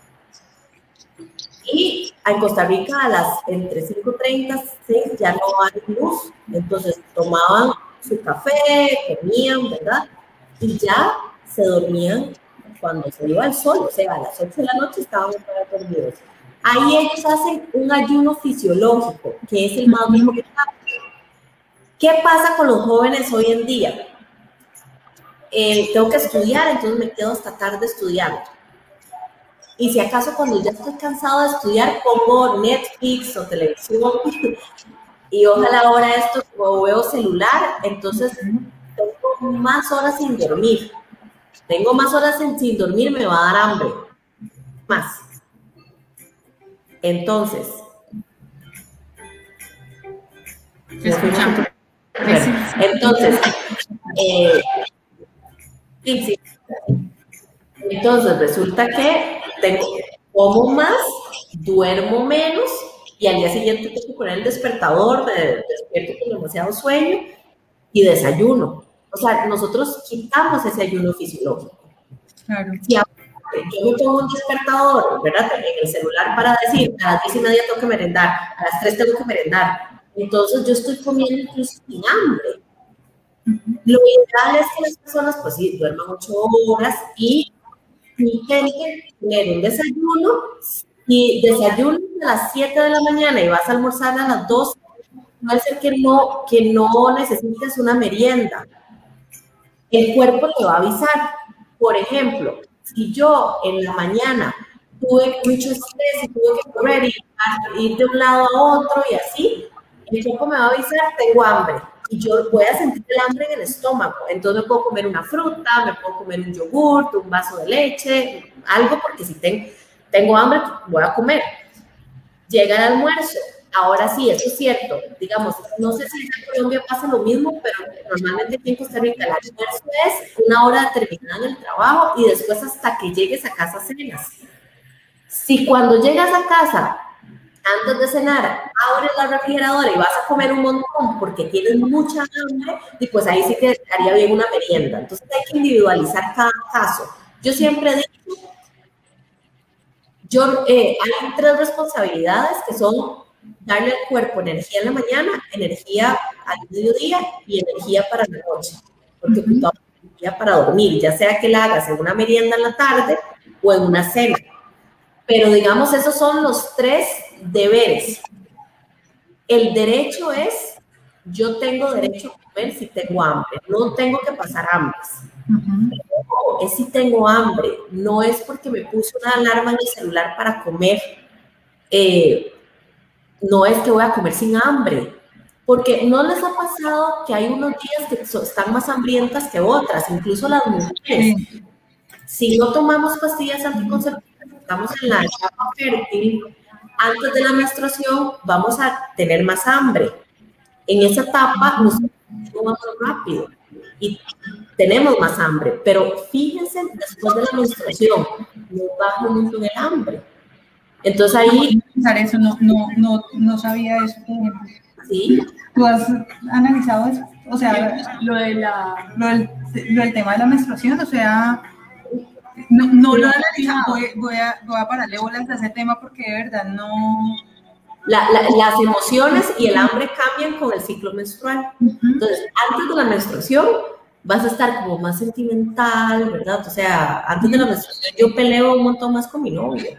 E: Y en Costa Rica a las entre cinco y treinta, seis ya no hay luz, entonces tomaban su café, comían, ¿verdad? Y ya se dormían cuando se iba el sol, o sea, a las ocho de la noche estaban dormidos. Ahí ellos hacen un ayuno fisiológico, que es el más recomendable. ¿Qué pasa con los jóvenes hoy en día? Eh, tengo que estudiar, entonces me quedo hasta tarde estudiando. Y si acaso cuando ya estoy cansado de estudiar, pongo Netflix o televisión y ojalá ahora esto, o veo celular, entonces tengo más horas sin dormir. Tengo más horas sin, sin dormir, me va a dar hambre. Más. Entonces.
C: Escuchamos.
E: Entonces, eh, sí, sí. Entonces resulta que tengo, como más, duermo menos y al día siguiente tengo que poner el despertador, me despierto con demasiado sueño y desayuno. O sea, nosotros quitamos ese ayuno fisiológico.
D: Claro.
E: Si yo me pongo un despertador, ¿verdad? En el celular para decir, a las diez y media tengo que merendar, a las tres tengo que merendar. Entonces yo estoy comiendo incluso sin hambre. Lo ideal es que las personas, pues sí, duerman ocho horas y intenten tener un desayuno, y desayuno a las siete de la mañana y vas a almorzar a las dos, puede ser que no, que no necesites una merienda. El cuerpo te va a avisar. Por ejemplo, si yo en la mañana tuve mucho estrés y tuve que correr y ir de un lado a otro y así, el cuerpo me va a avisar, tengo hambre. Y yo voy a sentir el hambre en el estómago. Entonces me puedo comer una fruta, me puedo comer un yogurt, un vaso de leche, algo, porque si ten, tengo hambre, voy a comer. Llega el almuerzo. Ahora sí, eso es cierto. Digamos, no sé si en Colombia pasa lo mismo, pero normalmente aquí en Costa Rica el almuerzo es una hora determinada en el trabajo y después hasta que llegues a casa cenas. Si cuando llegas a casa, antes de cenar, abres la refrigeradora y vas a comer un montón porque tienes mucha hambre, y pues ahí sí que haría bien una merienda. Entonces hay que individualizar cada caso. Yo siempre digo, yo, eh, hay tres responsabilidades que son darle al cuerpo energía en la mañana, energía al mediodía y energía para la noche. Porque uh-huh. toda energía para dormir, ya sea que la hagas en una merienda en la tarde o en una cena. Pero digamos, esos son los tres deberes. El derecho es, yo tengo derecho a comer si tengo hambre, no tengo que pasar hambre. Uh-huh. Es si tengo hambre, no es porque me puse una alarma en el celular para comer, eh, no es que voy a comer sin hambre, porque no les ha pasado que hay unos días que so, están más hambrientas que otras, incluso las mujeres. Uh-huh. Si no tomamos pastillas anticonceptivas, estamos en la etapa fértil, antes de la menstruación vamos a tener más hambre. En esa etapa nos vamos rápido y tenemos más hambre, pero fíjense después de la menstruación, nos baja mucho el hambre. Entonces ahí...
D: Eso, no, no, no, no sabía eso, por ejemplo.
E: Sí.
D: ¿Tú has analizado eso? O sea,
C: lo, de la...
D: lo, del, lo del tema de la menstruación, o sea, no, no lo he analizado, voy, voy, a, voy a pararle bolas a ese tema porque de verdad no...
E: La, la, las emociones y el hambre cambian con el ciclo menstrual. Entonces, antes de la menstruación vas a estar como más sentimental, ¿verdad? O sea, antes de la menstruación yo peleo un montón más con mi novio.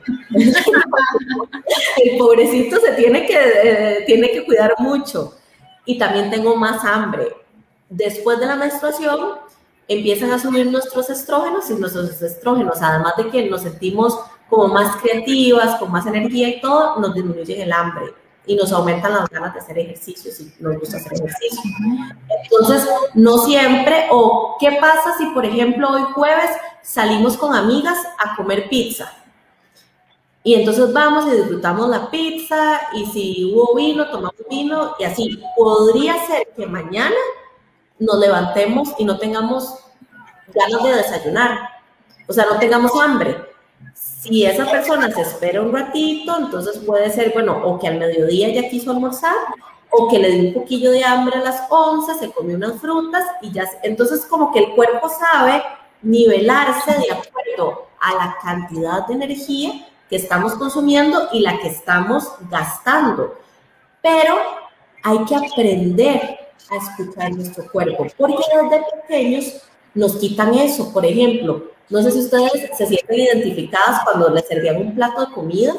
E: El pobrecito se tiene que, eh, tiene que cuidar mucho. Y también tengo más hambre. Después de la menstruación empiezan a subir nuestros estrógenos y nuestros estrógenos, además de que nos sentimos como más creativas, con más energía y todo, nos disminuyen el hambre y nos aumentan las ganas de hacer ejercicio si nos gusta hacer ejercicio. Entonces, no siempre, o ¿qué pasa si, por ejemplo, hoy jueves salimos con amigas a comer pizza? Y entonces vamos y disfrutamos la pizza, y si hubo vino, tomamos vino, y así. Podría ser que mañana nos levantemos y no tengamos ganas de desayunar, o sea, no tengamos hambre. Si esa persona se espera un ratito, entonces puede ser, bueno, o que al mediodía ya quiso almorzar, o que le dio un poquillo de hambre a las once, se comió unas frutas y ya, entonces como que el cuerpo sabe nivelarse de acuerdo a la cantidad de energía que estamos consumiendo y la que estamos gastando. Pero hay que aprender a escuchar nuestro cuerpo, porque desde pequeños nos quitan eso. Por ejemplo, no sé si ustedes se sienten identificadas cuando les servían un plato de comida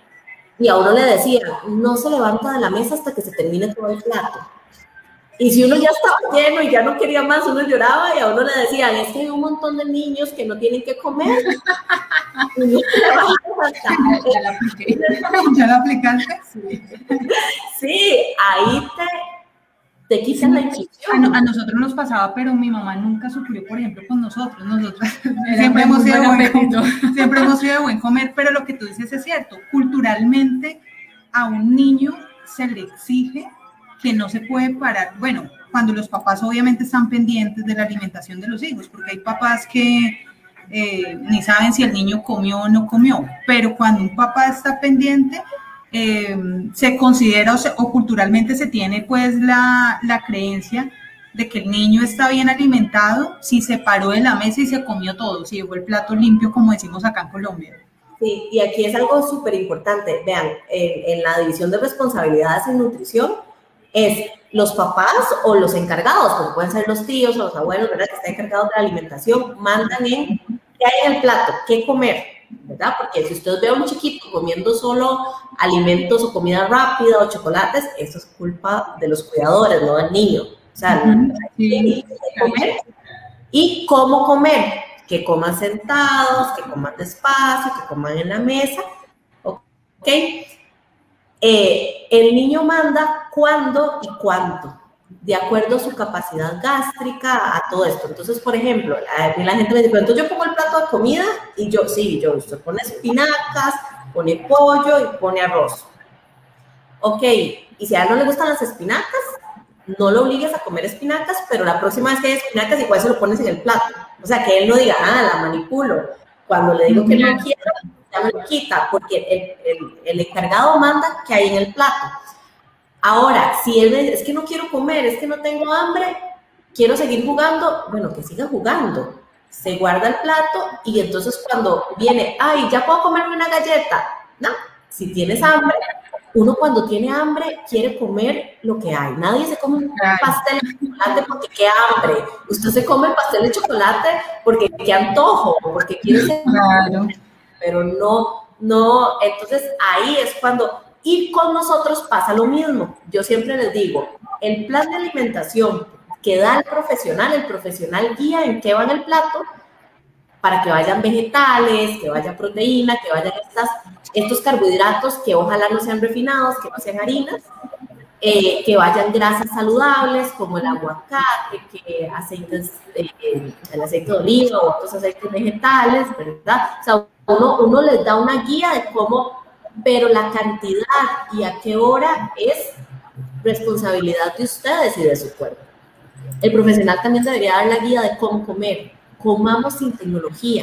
E: y a uno le decían, no se levanta de la mesa hasta que se termine todo el plato. Y si uno ya estaba lleno y ya no quería más, uno lloraba y a uno le decían, es que hay un montón de niños que no tienen que comer. Y no
D: ¿Ya la apliqué? ¿Ya la aplicaste?
E: Sí, sí, ahí te... te quitan la intuición.
D: A, a nosotros nos pasaba, pero mi mamá nunca sufrió, por ejemplo, con nosotros. Nosotros siempre hemos, sido buen comer, siempre hemos sido de buen comer, pero lo que tú dices es cierto. Culturalmente, a un niño se le exige que no se puede parar. Bueno, cuando los papás obviamente están pendientes de la alimentación de los hijos, porque hay papás que eh, ni saben si el niño comió o no comió, pero cuando un papá está pendiente, Eh, se considera o, se, o culturalmente se tiene pues la, la creencia de que el niño está bien alimentado si se paró de la mesa y se comió todo, si dejó el plato limpio, como decimos acá en Colombia.
E: Sí, y aquí es algo súper importante. Vean, en, en la división de responsabilidades en nutrición es los papás o los encargados, como pueden ser los tíos o los abuelos, ¿verdad?, que están encargados de la alimentación, mandan en qué hay en el plato, qué comer, ¿verdad? Porque si usted ve a un chiquito comiendo solo alimentos o comida rápida o chocolates, eso es culpa de los cuidadores, no del niño. O sea, uh-huh. Sí. Comer y cómo comer, que coman sentados, que coman despacio, que coman en la mesa, ¿ok? Eh, el niño manda cuándo y cuánto, de acuerdo a su capacidad gástrica, a todo esto. Entonces, por ejemplo, la, la gente me dice, entonces yo pongo el plato de comida y yo, sí, yo, usted pone espinacas, pone pollo y pone arroz. Ok, y si a él no le gustan las espinacas, no lo obligues a comer espinacas, pero la próxima vez que hay espinacas igual se lo pones en el plato. O sea, que él no diga, ah, la manipulo. Cuando le digo que no quiero, ya me lo quita, porque el, el, el encargado manda que hay en el plato. Ahora, si él me dice, es que no quiero comer, es que no tengo hambre, quiero seguir jugando, bueno, que siga jugando. Se guarda el plato y entonces cuando viene, ay, ya puedo comerme una galleta. No, si tienes hambre, uno cuando tiene hambre quiere comer lo que hay. Nadie se come un pastel de chocolate porque qué hambre. Usted se come el pastel de chocolate porque qué antojo, porque quiere ser claro. Pero no, no, entonces ahí es cuando, y con nosotros pasa lo mismo. Yo siempre les digo, el plan de alimentación que da el profesional, el profesional guía en qué va en el plato, para que vayan vegetales, que vaya proteína, que vayan estas, estos carbohidratos que ojalá no sean refinados, que no sean harinas, eh, que vayan grasas saludables como el aguacate, que aceites, eh, el aceite de oliva o otros aceites vegetales, ¿verdad? O sea, uno, uno les da una guía de cómo, pero la cantidad y a qué hora es responsabilidad de ustedes y de su cuerpo. El profesional también debería dar la guía de cómo comer. Comamos sin tecnología,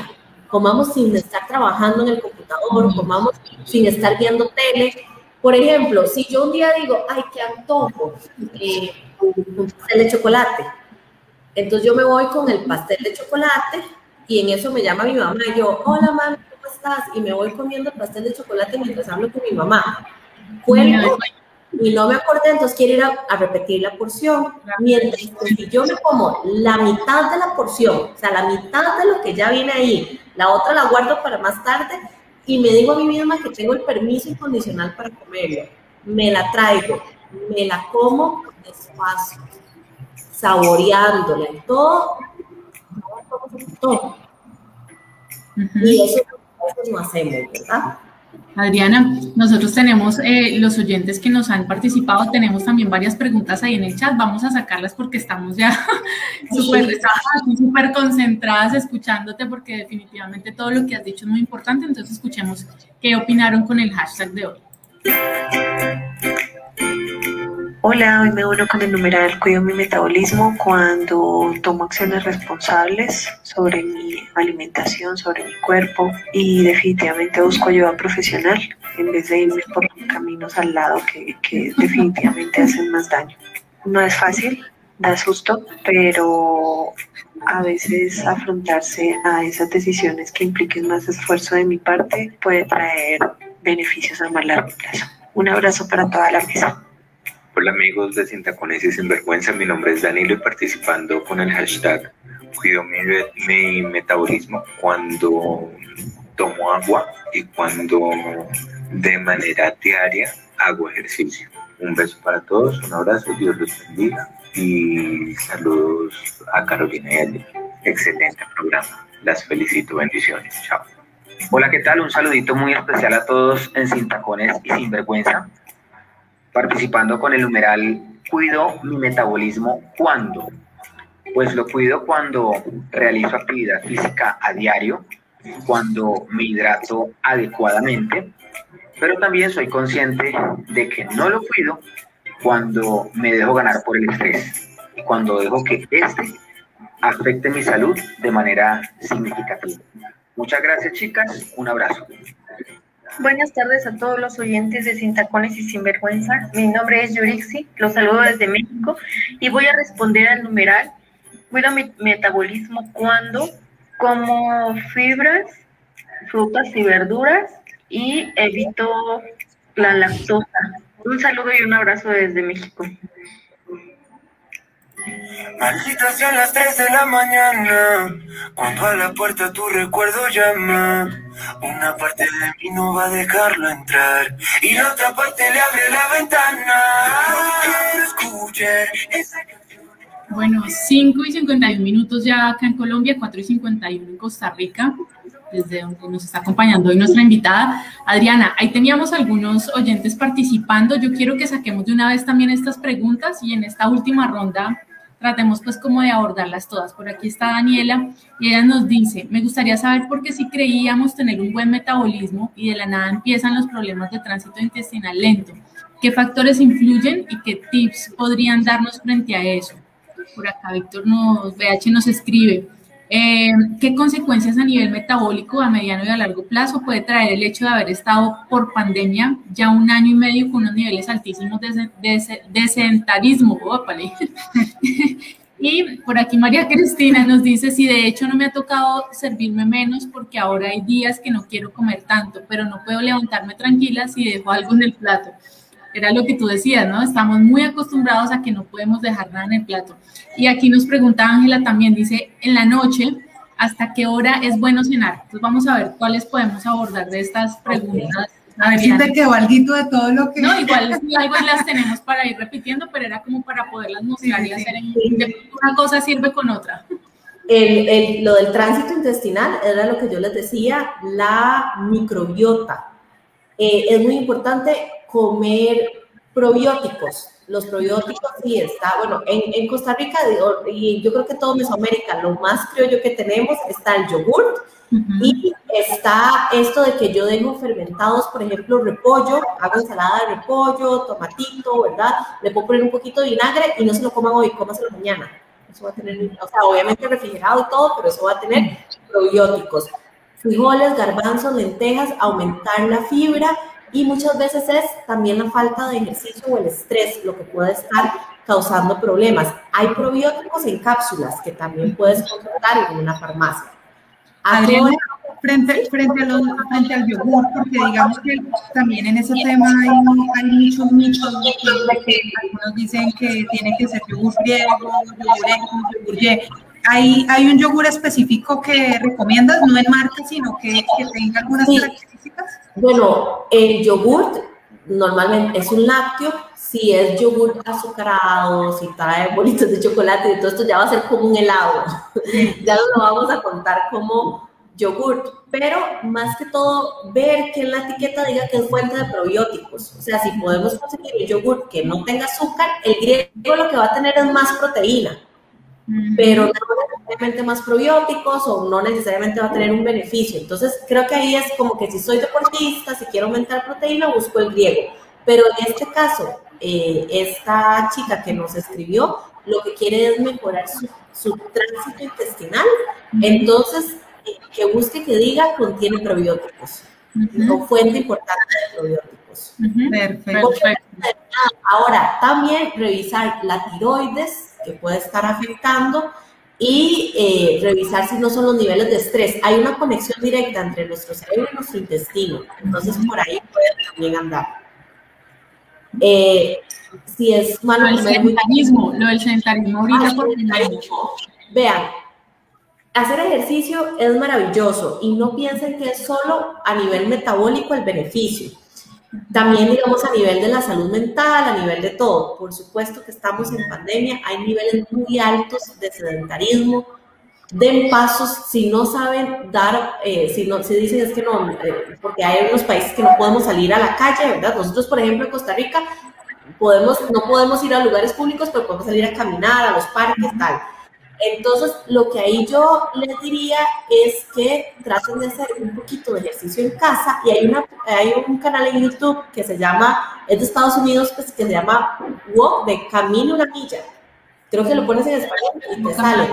E: comamos sin estar trabajando en el computador, comamos sin estar viendo tele. Por ejemplo, si yo un día digo, ay, qué antojo, eh, un pastel de chocolate, entonces yo me voy con el pastel de chocolate y en eso me llama mi mamá y yo, hola mami, ¿cómo estás? Y me voy comiendo el pastel de chocolate mientras hablo con mi mamá. Cuelgo y no me acordé, entonces quiero ir a, a repetir la porción. Mientras que si yo me como la mitad de la porción, o sea, la mitad de lo que ya viene ahí, la otra la guardo para más tarde y me digo a mí misma que tengo el permiso incondicional para comerlo. Me la traigo, me la como despacio, saboreándola en todo, todo. Uh-huh. Y eso, eso no hacemos, ¿verdad?
C: Adriana, nosotros tenemos eh, los oyentes que nos han participado, tenemos también varias preguntas ahí en el chat, vamos a sacarlas porque estamos ya súper sí. súper concentradas escuchándote porque definitivamente todo lo que has dicho es muy importante, entonces escuchemos qué opinaron con el hashtag de hoy.
F: Hola, hoy me uno con el numeral Cuido mi metabolismo cuando tomo acciones responsables sobre mi alimentación, sobre mi cuerpo y definitivamente busco ayuda profesional en vez de irme por caminos al lado que, que definitivamente hacen más daño. No es fácil, da susto, pero a veces afrontarse a esas decisiones que impliquen más esfuerzo de mi parte puede traer beneficios a más largo plazo. Un abrazo para toda la mesa.
G: Hola amigos de Sin Tacones y Sinvergüenza, mi nombre es Danilo y participando con el hashtag Cuido mi, mi metabolismo cuando tomo agua y cuando de manera diaria hago ejercicio. Un beso para todos, un abrazo, Dios los bendiga y saludos a Carolina y a Eli. Excelente programa, las felicito, bendiciones, chao.
H: Hola, ¿qué tal? Un saludito muy especial a todos en Sin Tacones y Sinvergüenza. Participando con el numeral Cuido mi metabolismo ¿cuándo? Pues lo cuido cuando realizo actividad física a diario, cuando me hidrato adecuadamente, pero también soy consciente de que no lo cuido cuando me dejo ganar por el estrés y cuando dejo que este afecte mi salud de manera significativa. Muchas gracias, chicas. Un abrazo.
I: Buenas tardes a todos los oyentes de Sin Tacones y Sinvergüenza. Mi nombre es Yurixi, los saludo desde México y voy a responder al numeral Cuido mi metabolismo cuando como fibras, frutas y verduras y evito la lactosa. Un saludo y un abrazo desde México.
J: Malditas sean las tres de la mañana, cuando a la puerta tu recuerdo llama. Una parte de mí no va a dejarlo entrar y la otra parte le abre la ventana. No quiero escuchar esa canción.
C: Bueno, cinco y cincuenta y un minutos ya acá en Colombia, cuatro y cincuenta y uno en Costa Rica, desde donde nos está acompañando hoy nuestra invitada. Adriana, ahí teníamos algunos oyentes participando. Yo quiero que saquemos de una vez también estas preguntas y en esta última ronda tratemos pues como de abordarlas todas. Por aquí está Daniela y ella nos dice, me gustaría saber por qué si creíamos tener un buen metabolismo y de la nada empiezan los problemas de tránsito intestinal lento. ¿Qué factores influyen y qué tips podrían darnos frente a eso? Por acá Víctor nos, V H nos escribe, eh, ¿qué consecuencias a nivel metabólico a mediano y a largo plazo puede traer el hecho de haber estado por pandemia ya un año y medio con unos niveles altísimos de, de, de sedentarismo? Ópale. Y por aquí María Cristina nos dice, si de hecho no me ha tocado servirme menos porque ahora hay días que no quiero comer tanto, pero no puedo levantarme tranquila si dejo algo en el plato. Era lo que tú decías, ¿no? Estamos muy acostumbrados a que no podemos dejar nada en el plato. Y aquí nos pregunta Ángela también, dice, en la noche, ¿hasta qué hora es bueno cenar? Entonces vamos a ver cuáles podemos abordar de estas preguntas.
D: A ver si te quedó alguito de todo lo que...
C: No, igual si algo las tenemos para ir repitiendo, pero era como para poderlas mostrar sí, y hacer en... una cosa sirve con otra.
E: El, el, lo del tránsito intestinal era lo que yo les decía, la microbiota. Eh, es muy importante comer probióticos. Los probióticos sí está, bueno, en, en Costa Rica y yo creo que todo Mesoamérica, lo más criollo que tenemos está el yogurt uh-huh. y está esto de que yo dejo fermentados, por ejemplo, repollo, hago ensalada de repollo, tomatito, ¿verdad? Le puedo poner un poquito de vinagre y no se lo coman hoy, cómaselo mañana. Eso va a tener, o sea, obviamente refrigerado y todo, pero eso va a tener probióticos. frijoles, garbanzos, lentejas, aumentar la fibra y muchas veces es también la falta de ejercicio o el estrés lo que puede estar causando problemas. Hay probióticos en cápsulas que también puedes encontrar en una farmacia.
D: Adriana, frente, frente, a los, frente al yogur, porque digamos que también en ese tema hay, hay muchos mitos, que algunos dicen que tiene que ser yogur griego, yogur X, yogur Y. ¿Hay, ¿Hay un yogur específico que recomiendas, no en marca, sino que, que tenga algunas sí. características?
E: Bueno, el yogur normalmente es un lácteo. Si es yogur azucarado, si trae bolitas de chocolate y todo esto, ya va a ser como un helado. Ya no lo vamos a contar como yogur. Pero más que todo, ver que en la etiqueta diga que es fuente de probióticos. O sea, si podemos conseguir un yogur que no tenga azúcar, el griego lo que va a tener es más proteína. Pero no necesariamente más probióticos o no necesariamente va a tener un beneficio. Entonces, creo que ahí es como que si soy deportista, si quiero aumentar proteína, busco el griego. Pero en este caso, eh, esta chica que nos escribió, lo que quiere es mejorar su, su tránsito intestinal. Entonces, eh, que busque que diga contiene probióticos. Uh-huh. O fuente importante de probióticos.
D: Uh-huh. Perfecto.
E: Ahora, también revisar la tiroides, que puede estar afectando, y eh, revisar si no son los niveles de estrés. Hay una conexión directa entre nuestro cerebro y nuestro intestino, entonces por ahí puede también andar. Eh, si es malo,
C: lo del sedentarismo, lo del sedentarismo ahorita,
E: ah,
C: porque
E: vean, hacer ejercicio es maravilloso y no piensen que es solo a nivel metabólico el beneficio. También, digamos, a nivel de la salud mental, a nivel de todo. Por supuesto que estamos en pandemia, hay niveles muy altos de sedentarismo. Den pasos si no saben dar, eh, si, no, si dicen es que no, eh, porque hay unos países que no podemos salir a la calle, ¿verdad? Nosotros, por ejemplo, en Costa Rica, podemos, no podemos ir a lugares públicos, pero podemos salir a caminar, a los parques, tal. Entonces, lo que ahí yo les diría es que traten de hacer un poquito de ejercicio en casa, y hay, una, hay un canal en YouTube que se llama, es de Estados Unidos, pues, que se llama Walk, de Camino una milla. Creo que lo pones en español y te sale.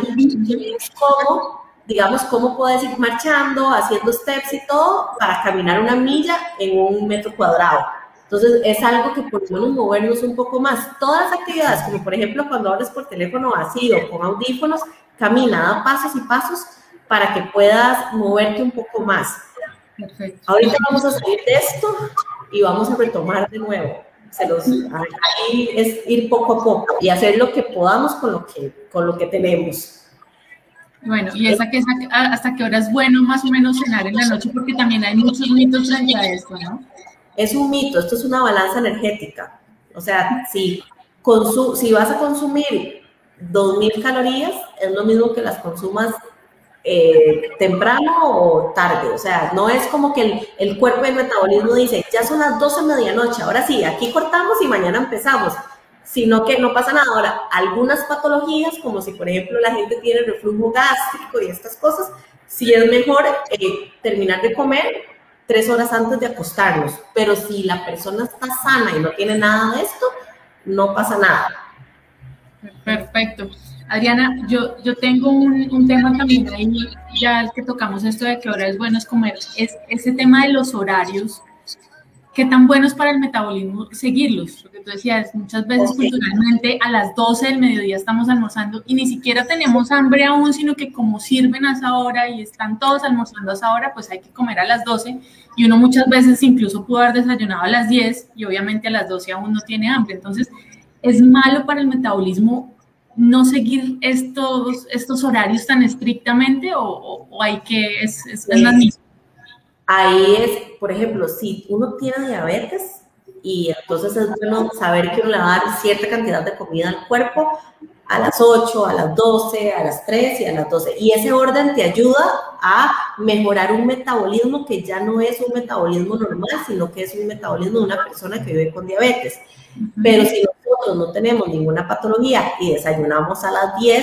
E: Cómo, digamos, cómo puedes ir marchando, haciendo steps y todo para caminar una milla en un metro cuadrado. Entonces, es algo que por lo menos movernos un poco más. Todas las actividades, como por ejemplo cuando hablas por teléfono así o con audífonos, camina, da pasos y pasos para que puedas moverte un poco más.
D: Perfecto.
E: Ahorita vamos a salir de esto y vamos a retomar de nuevo. Se los, ahí es ir poco a poco y hacer lo que podamos con lo que, con lo que tenemos.
C: Bueno, y esa que hasta qué hora es bueno más o menos cenar en la noche, porque también hay muchos mitos frente a esto, ¿no?
E: Es un mito, esto es una balanza energética. O sea, si, consu- si vas a consumir dos mil calorías, es lo mismo que las consumas eh, temprano o tarde. O sea, no es como que el, el cuerpo y el metabolismo dice, ya son las doce de medianoche, ahora sí, aquí cortamos y mañana empezamos. Sino que no pasa nada. Ahora, algunas patologías, como si por ejemplo la gente tiene reflujo gástrico y estas cosas, sí es mejor eh, terminar de comer tres horas antes de acostarnos, pero si la persona está sana y no tiene nada de esto, no pasa nada.
C: Perfecto. Adriana, yo, yo tengo un, un tema también ahí, ya que tocamos esto de que ahora es bueno es comer, es ese tema de los horarios. ¿Qué tan bueno es para el metabolismo seguirlos? Lo que tú decías, muchas veces okay. culturalmente a las doce del mediodía estamos almorzando y ni siquiera tenemos hambre aún, sino que como sirven a esa hora y están todos almorzando a esa hora, pues hay que comer a las doce, y uno muchas veces incluso pudo haber desayunado a las diez y obviamente a las doce aún no tiene hambre. Entonces, ¿es malo para el metabolismo no seguir estos, estos horarios tan estrictamente o, o, o hay que, es, es, es la misma?
E: Ahí es, por ejemplo, si uno tiene diabetes y entonces es bueno saber que uno le va a dar cierta cantidad de comida al cuerpo a las ocho, a las doce, a las tres y a las doce. Y ese orden te ayuda a mejorar un metabolismo que ya no es un metabolismo normal, sino que es un metabolismo de una persona que vive con diabetes. Pero si nosotros no tenemos ninguna patología y desayunamos a las diez,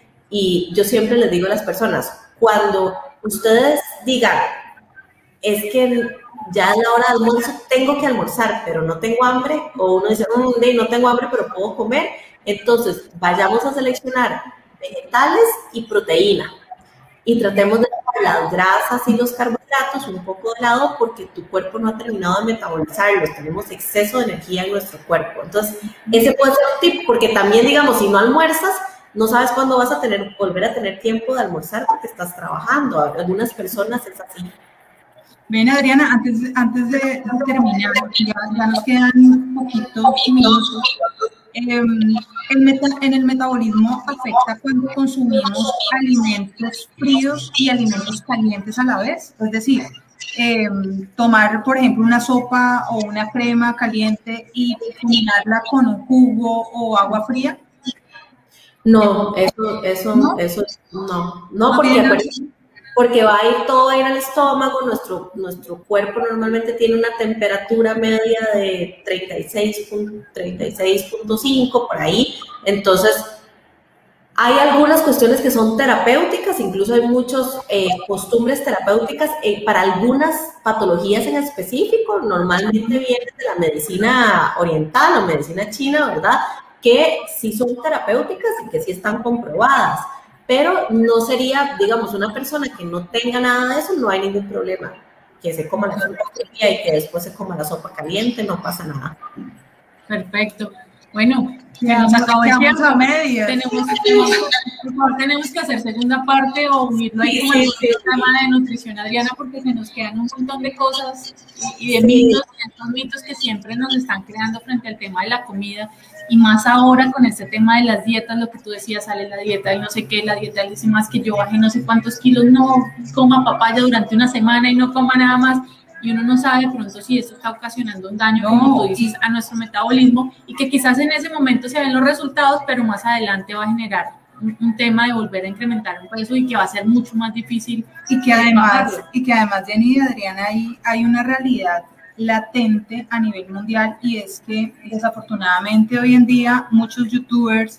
E: y yo siempre les digo a las personas, cuando ustedes digan, es que ya es la hora de almuerzo, tengo que almorzar, pero no tengo hambre, o uno dice, mmm, no tengo hambre, pero puedo comer, entonces vayamos a seleccionar vegetales y proteína, y tratemos de dejar las grasas y los carbohidratos carbohidratos un poco de lado porque tu cuerpo no ha terminado de metabolizarlos, tenemos exceso de energía en nuestro cuerpo. Entonces, ese puede ser un tip, porque también, digamos, si no almuerzas, no sabes cuándo vas a tener, volver a tener tiempo de almorzar porque estás trabajando. Algunas personas es así.
D: Bien, Adriana, antes, antes de, de terminar, ya, ya nos quedan poquitos minutos. Eh, el meta, en el metabolismo afecta cuando consumimos alimentos fríos y alimentos calientes a la vez. Es decir, eh, tomar, por ejemplo, una sopa o una crema caliente y combinarla con un jugo o agua fría.
E: No, eso, eso, ¿no? eso, no, no, porque, porque va a ir todo a ir al estómago. Nuestro, nuestro cuerpo normalmente tiene una temperatura media de treinta y seis punto cinco por ahí. Entonces, hay algunas cuestiones que son terapéuticas, incluso hay muchas eh, costumbres terapéuticas eh, para algunas patologías en específico. Normalmente vienen de la medicina oriental o medicina china, ¿verdad?, que sí son terapéuticas y que sí están comprobadas, pero no sería, digamos, una persona que no tenga nada de eso, no hay ningún problema, que se coma la sopa fría y que después se coma la sopa caliente, no pasa nada.
C: Perfecto. Bueno, se nos acabó el tiempo. A medias. Tenemos, tenemos, tenemos que hacer segunda parte o unirlo ahí con el tema de nutrición, Adriana, porque se nos quedan un montón de cosas y, y de mitos, y estos mitos que siempre nos están creando frente al tema de la comida. Y más ahora con este tema de las dietas, lo que tú decías, sale la dieta y no sé qué, la dieta dice más que yo bajé no sé cuántos kilos, no coma papaya durante una semana y no coma nada más, y uno no sabe pronto si esto está ocasionando un daño, no, como tú dices, a nuestro metabolismo, y que quizás en ese momento se ven los resultados, pero más adelante va a generar un, un tema de volver a incrementar un peso y que va a ser mucho más difícil.
D: Y que además, y que además, Jenny y Adriana, hay, hay una realidad latente a nivel mundial, y es que desafortunadamente hoy en día muchos youtubers,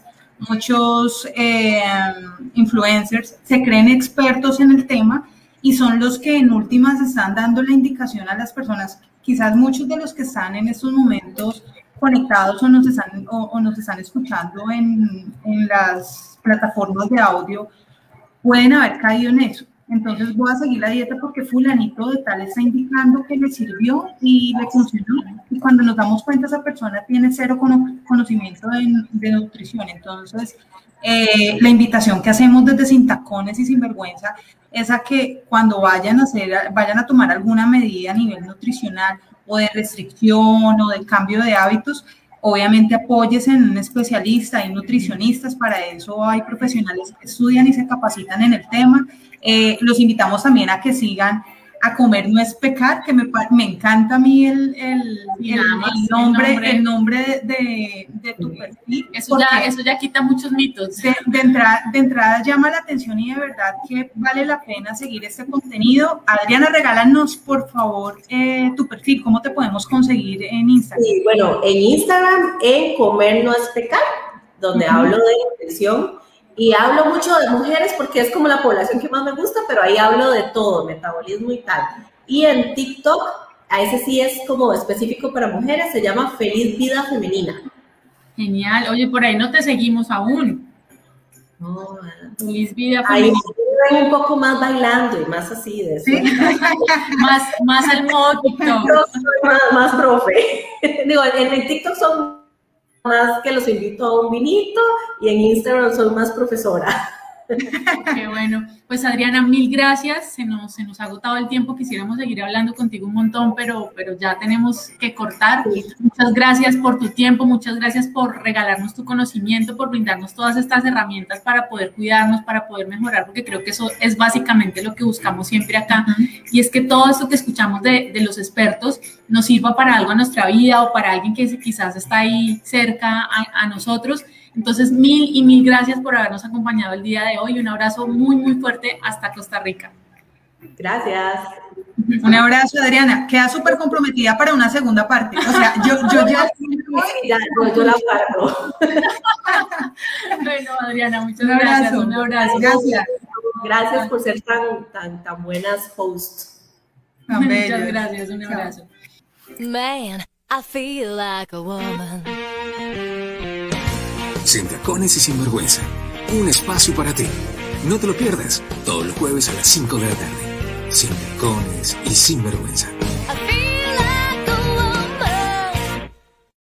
D: muchos eh, influencers se creen expertos en el tema y son los que en últimas están dando la indicación a las personas. Quizás muchos de los que están en estos momentos conectados o nos están, o, o nos están escuchando en, en las plataformas de audio pueden haber caído en eso. Entonces voy a seguir la dieta porque fulanito de tal está indicando que le sirvió y le funcionó. Y cuando nos damos cuenta, esa persona tiene cero conocimiento de, de nutrición. Entonces, eh, la invitación que hacemos desde Sin Tacones y Sin Vergüenza es a que cuando vayan a, hacer, vayan a tomar alguna medida a nivel nutricional o de restricción o de cambio de hábitos, obviamente apóyese en un especialista, hay nutricionistas, para eso hay profesionales que estudian y se capacitan en el tema. Eh, los invitamos también a que sigan A Comer No Es Pecar, que me, me encanta a mí el, el, el, el, nombre, el nombre, el nombre de, de tu perfil.
C: Eso ya, eso ya quita muchos mitos.
D: De, de, entrada, de entrada llama la atención y de verdad que vale la pena seguir este contenido. Adriana, regálanos por favor eh, tu perfil, ¿cómo te podemos conseguir en Instagram?
E: Sí, bueno, en Instagram, en Comer No Es Pecar, donde uh-huh. hablo de nutrición. Y hablo mucho de mujeres porque es como la población que más me gusta, pero ahí hablo de todo, metabolismo y tal. Y en TikTok, a ese sí es como específico para mujeres, se llama Feliz Vida Femenina.
C: Genial. Oye, por ahí no te seguimos aún.
E: No,
C: Feliz Vida Femenina.
E: Ahí me ven un poco más bailando y más así de eso.
C: ¿Sí? más, más al modo TikTok.
E: Yo soy más, más profe. Digo, en el TikTok son más que los invito a un vinito y en Instagram soy más profesora.
C: Qué bueno. Pues Adriana, mil gracias. Se nos, se nos ha agotado el tiempo. Quisiéramos seguir hablando contigo un montón, pero, pero ya tenemos que cortar. Sí. Muchas gracias por tu tiempo, muchas gracias por regalarnos tu conocimiento, por brindarnos todas estas herramientas para poder cuidarnos, para poder mejorar, porque creo que eso es básicamente lo que buscamos siempre acá. Uh-huh. Y es que todo esto que escuchamos de, de los expertos nos sirva para algo en nuestra vida o para alguien que quizás está ahí cerca a, a nosotros. Entonces, mil y mil gracias por habernos acompañado el día de hoy. Un abrazo muy, muy fuerte hasta Costa Rica.
E: Gracias.
D: Un abrazo, Adriana. Queda súper comprometida para una segunda parte. O sea, yo, yo ya...
E: ya yo, yo la guardo.
C: Bueno, Adriana, muchas un gracias. Un abrazo.
D: Gracias.
E: Gracias por ser tan, tan, tan buenas hosts.
C: Muchas gracias. Un abrazo.
A: Man, I feel like a woman.
B: Sin Tacones y Sin Vergüenza, un espacio para ti. No te lo pierdas, todos los jueves a las cinco de la tarde. sin tacones y sin vergüenza.
A: I feel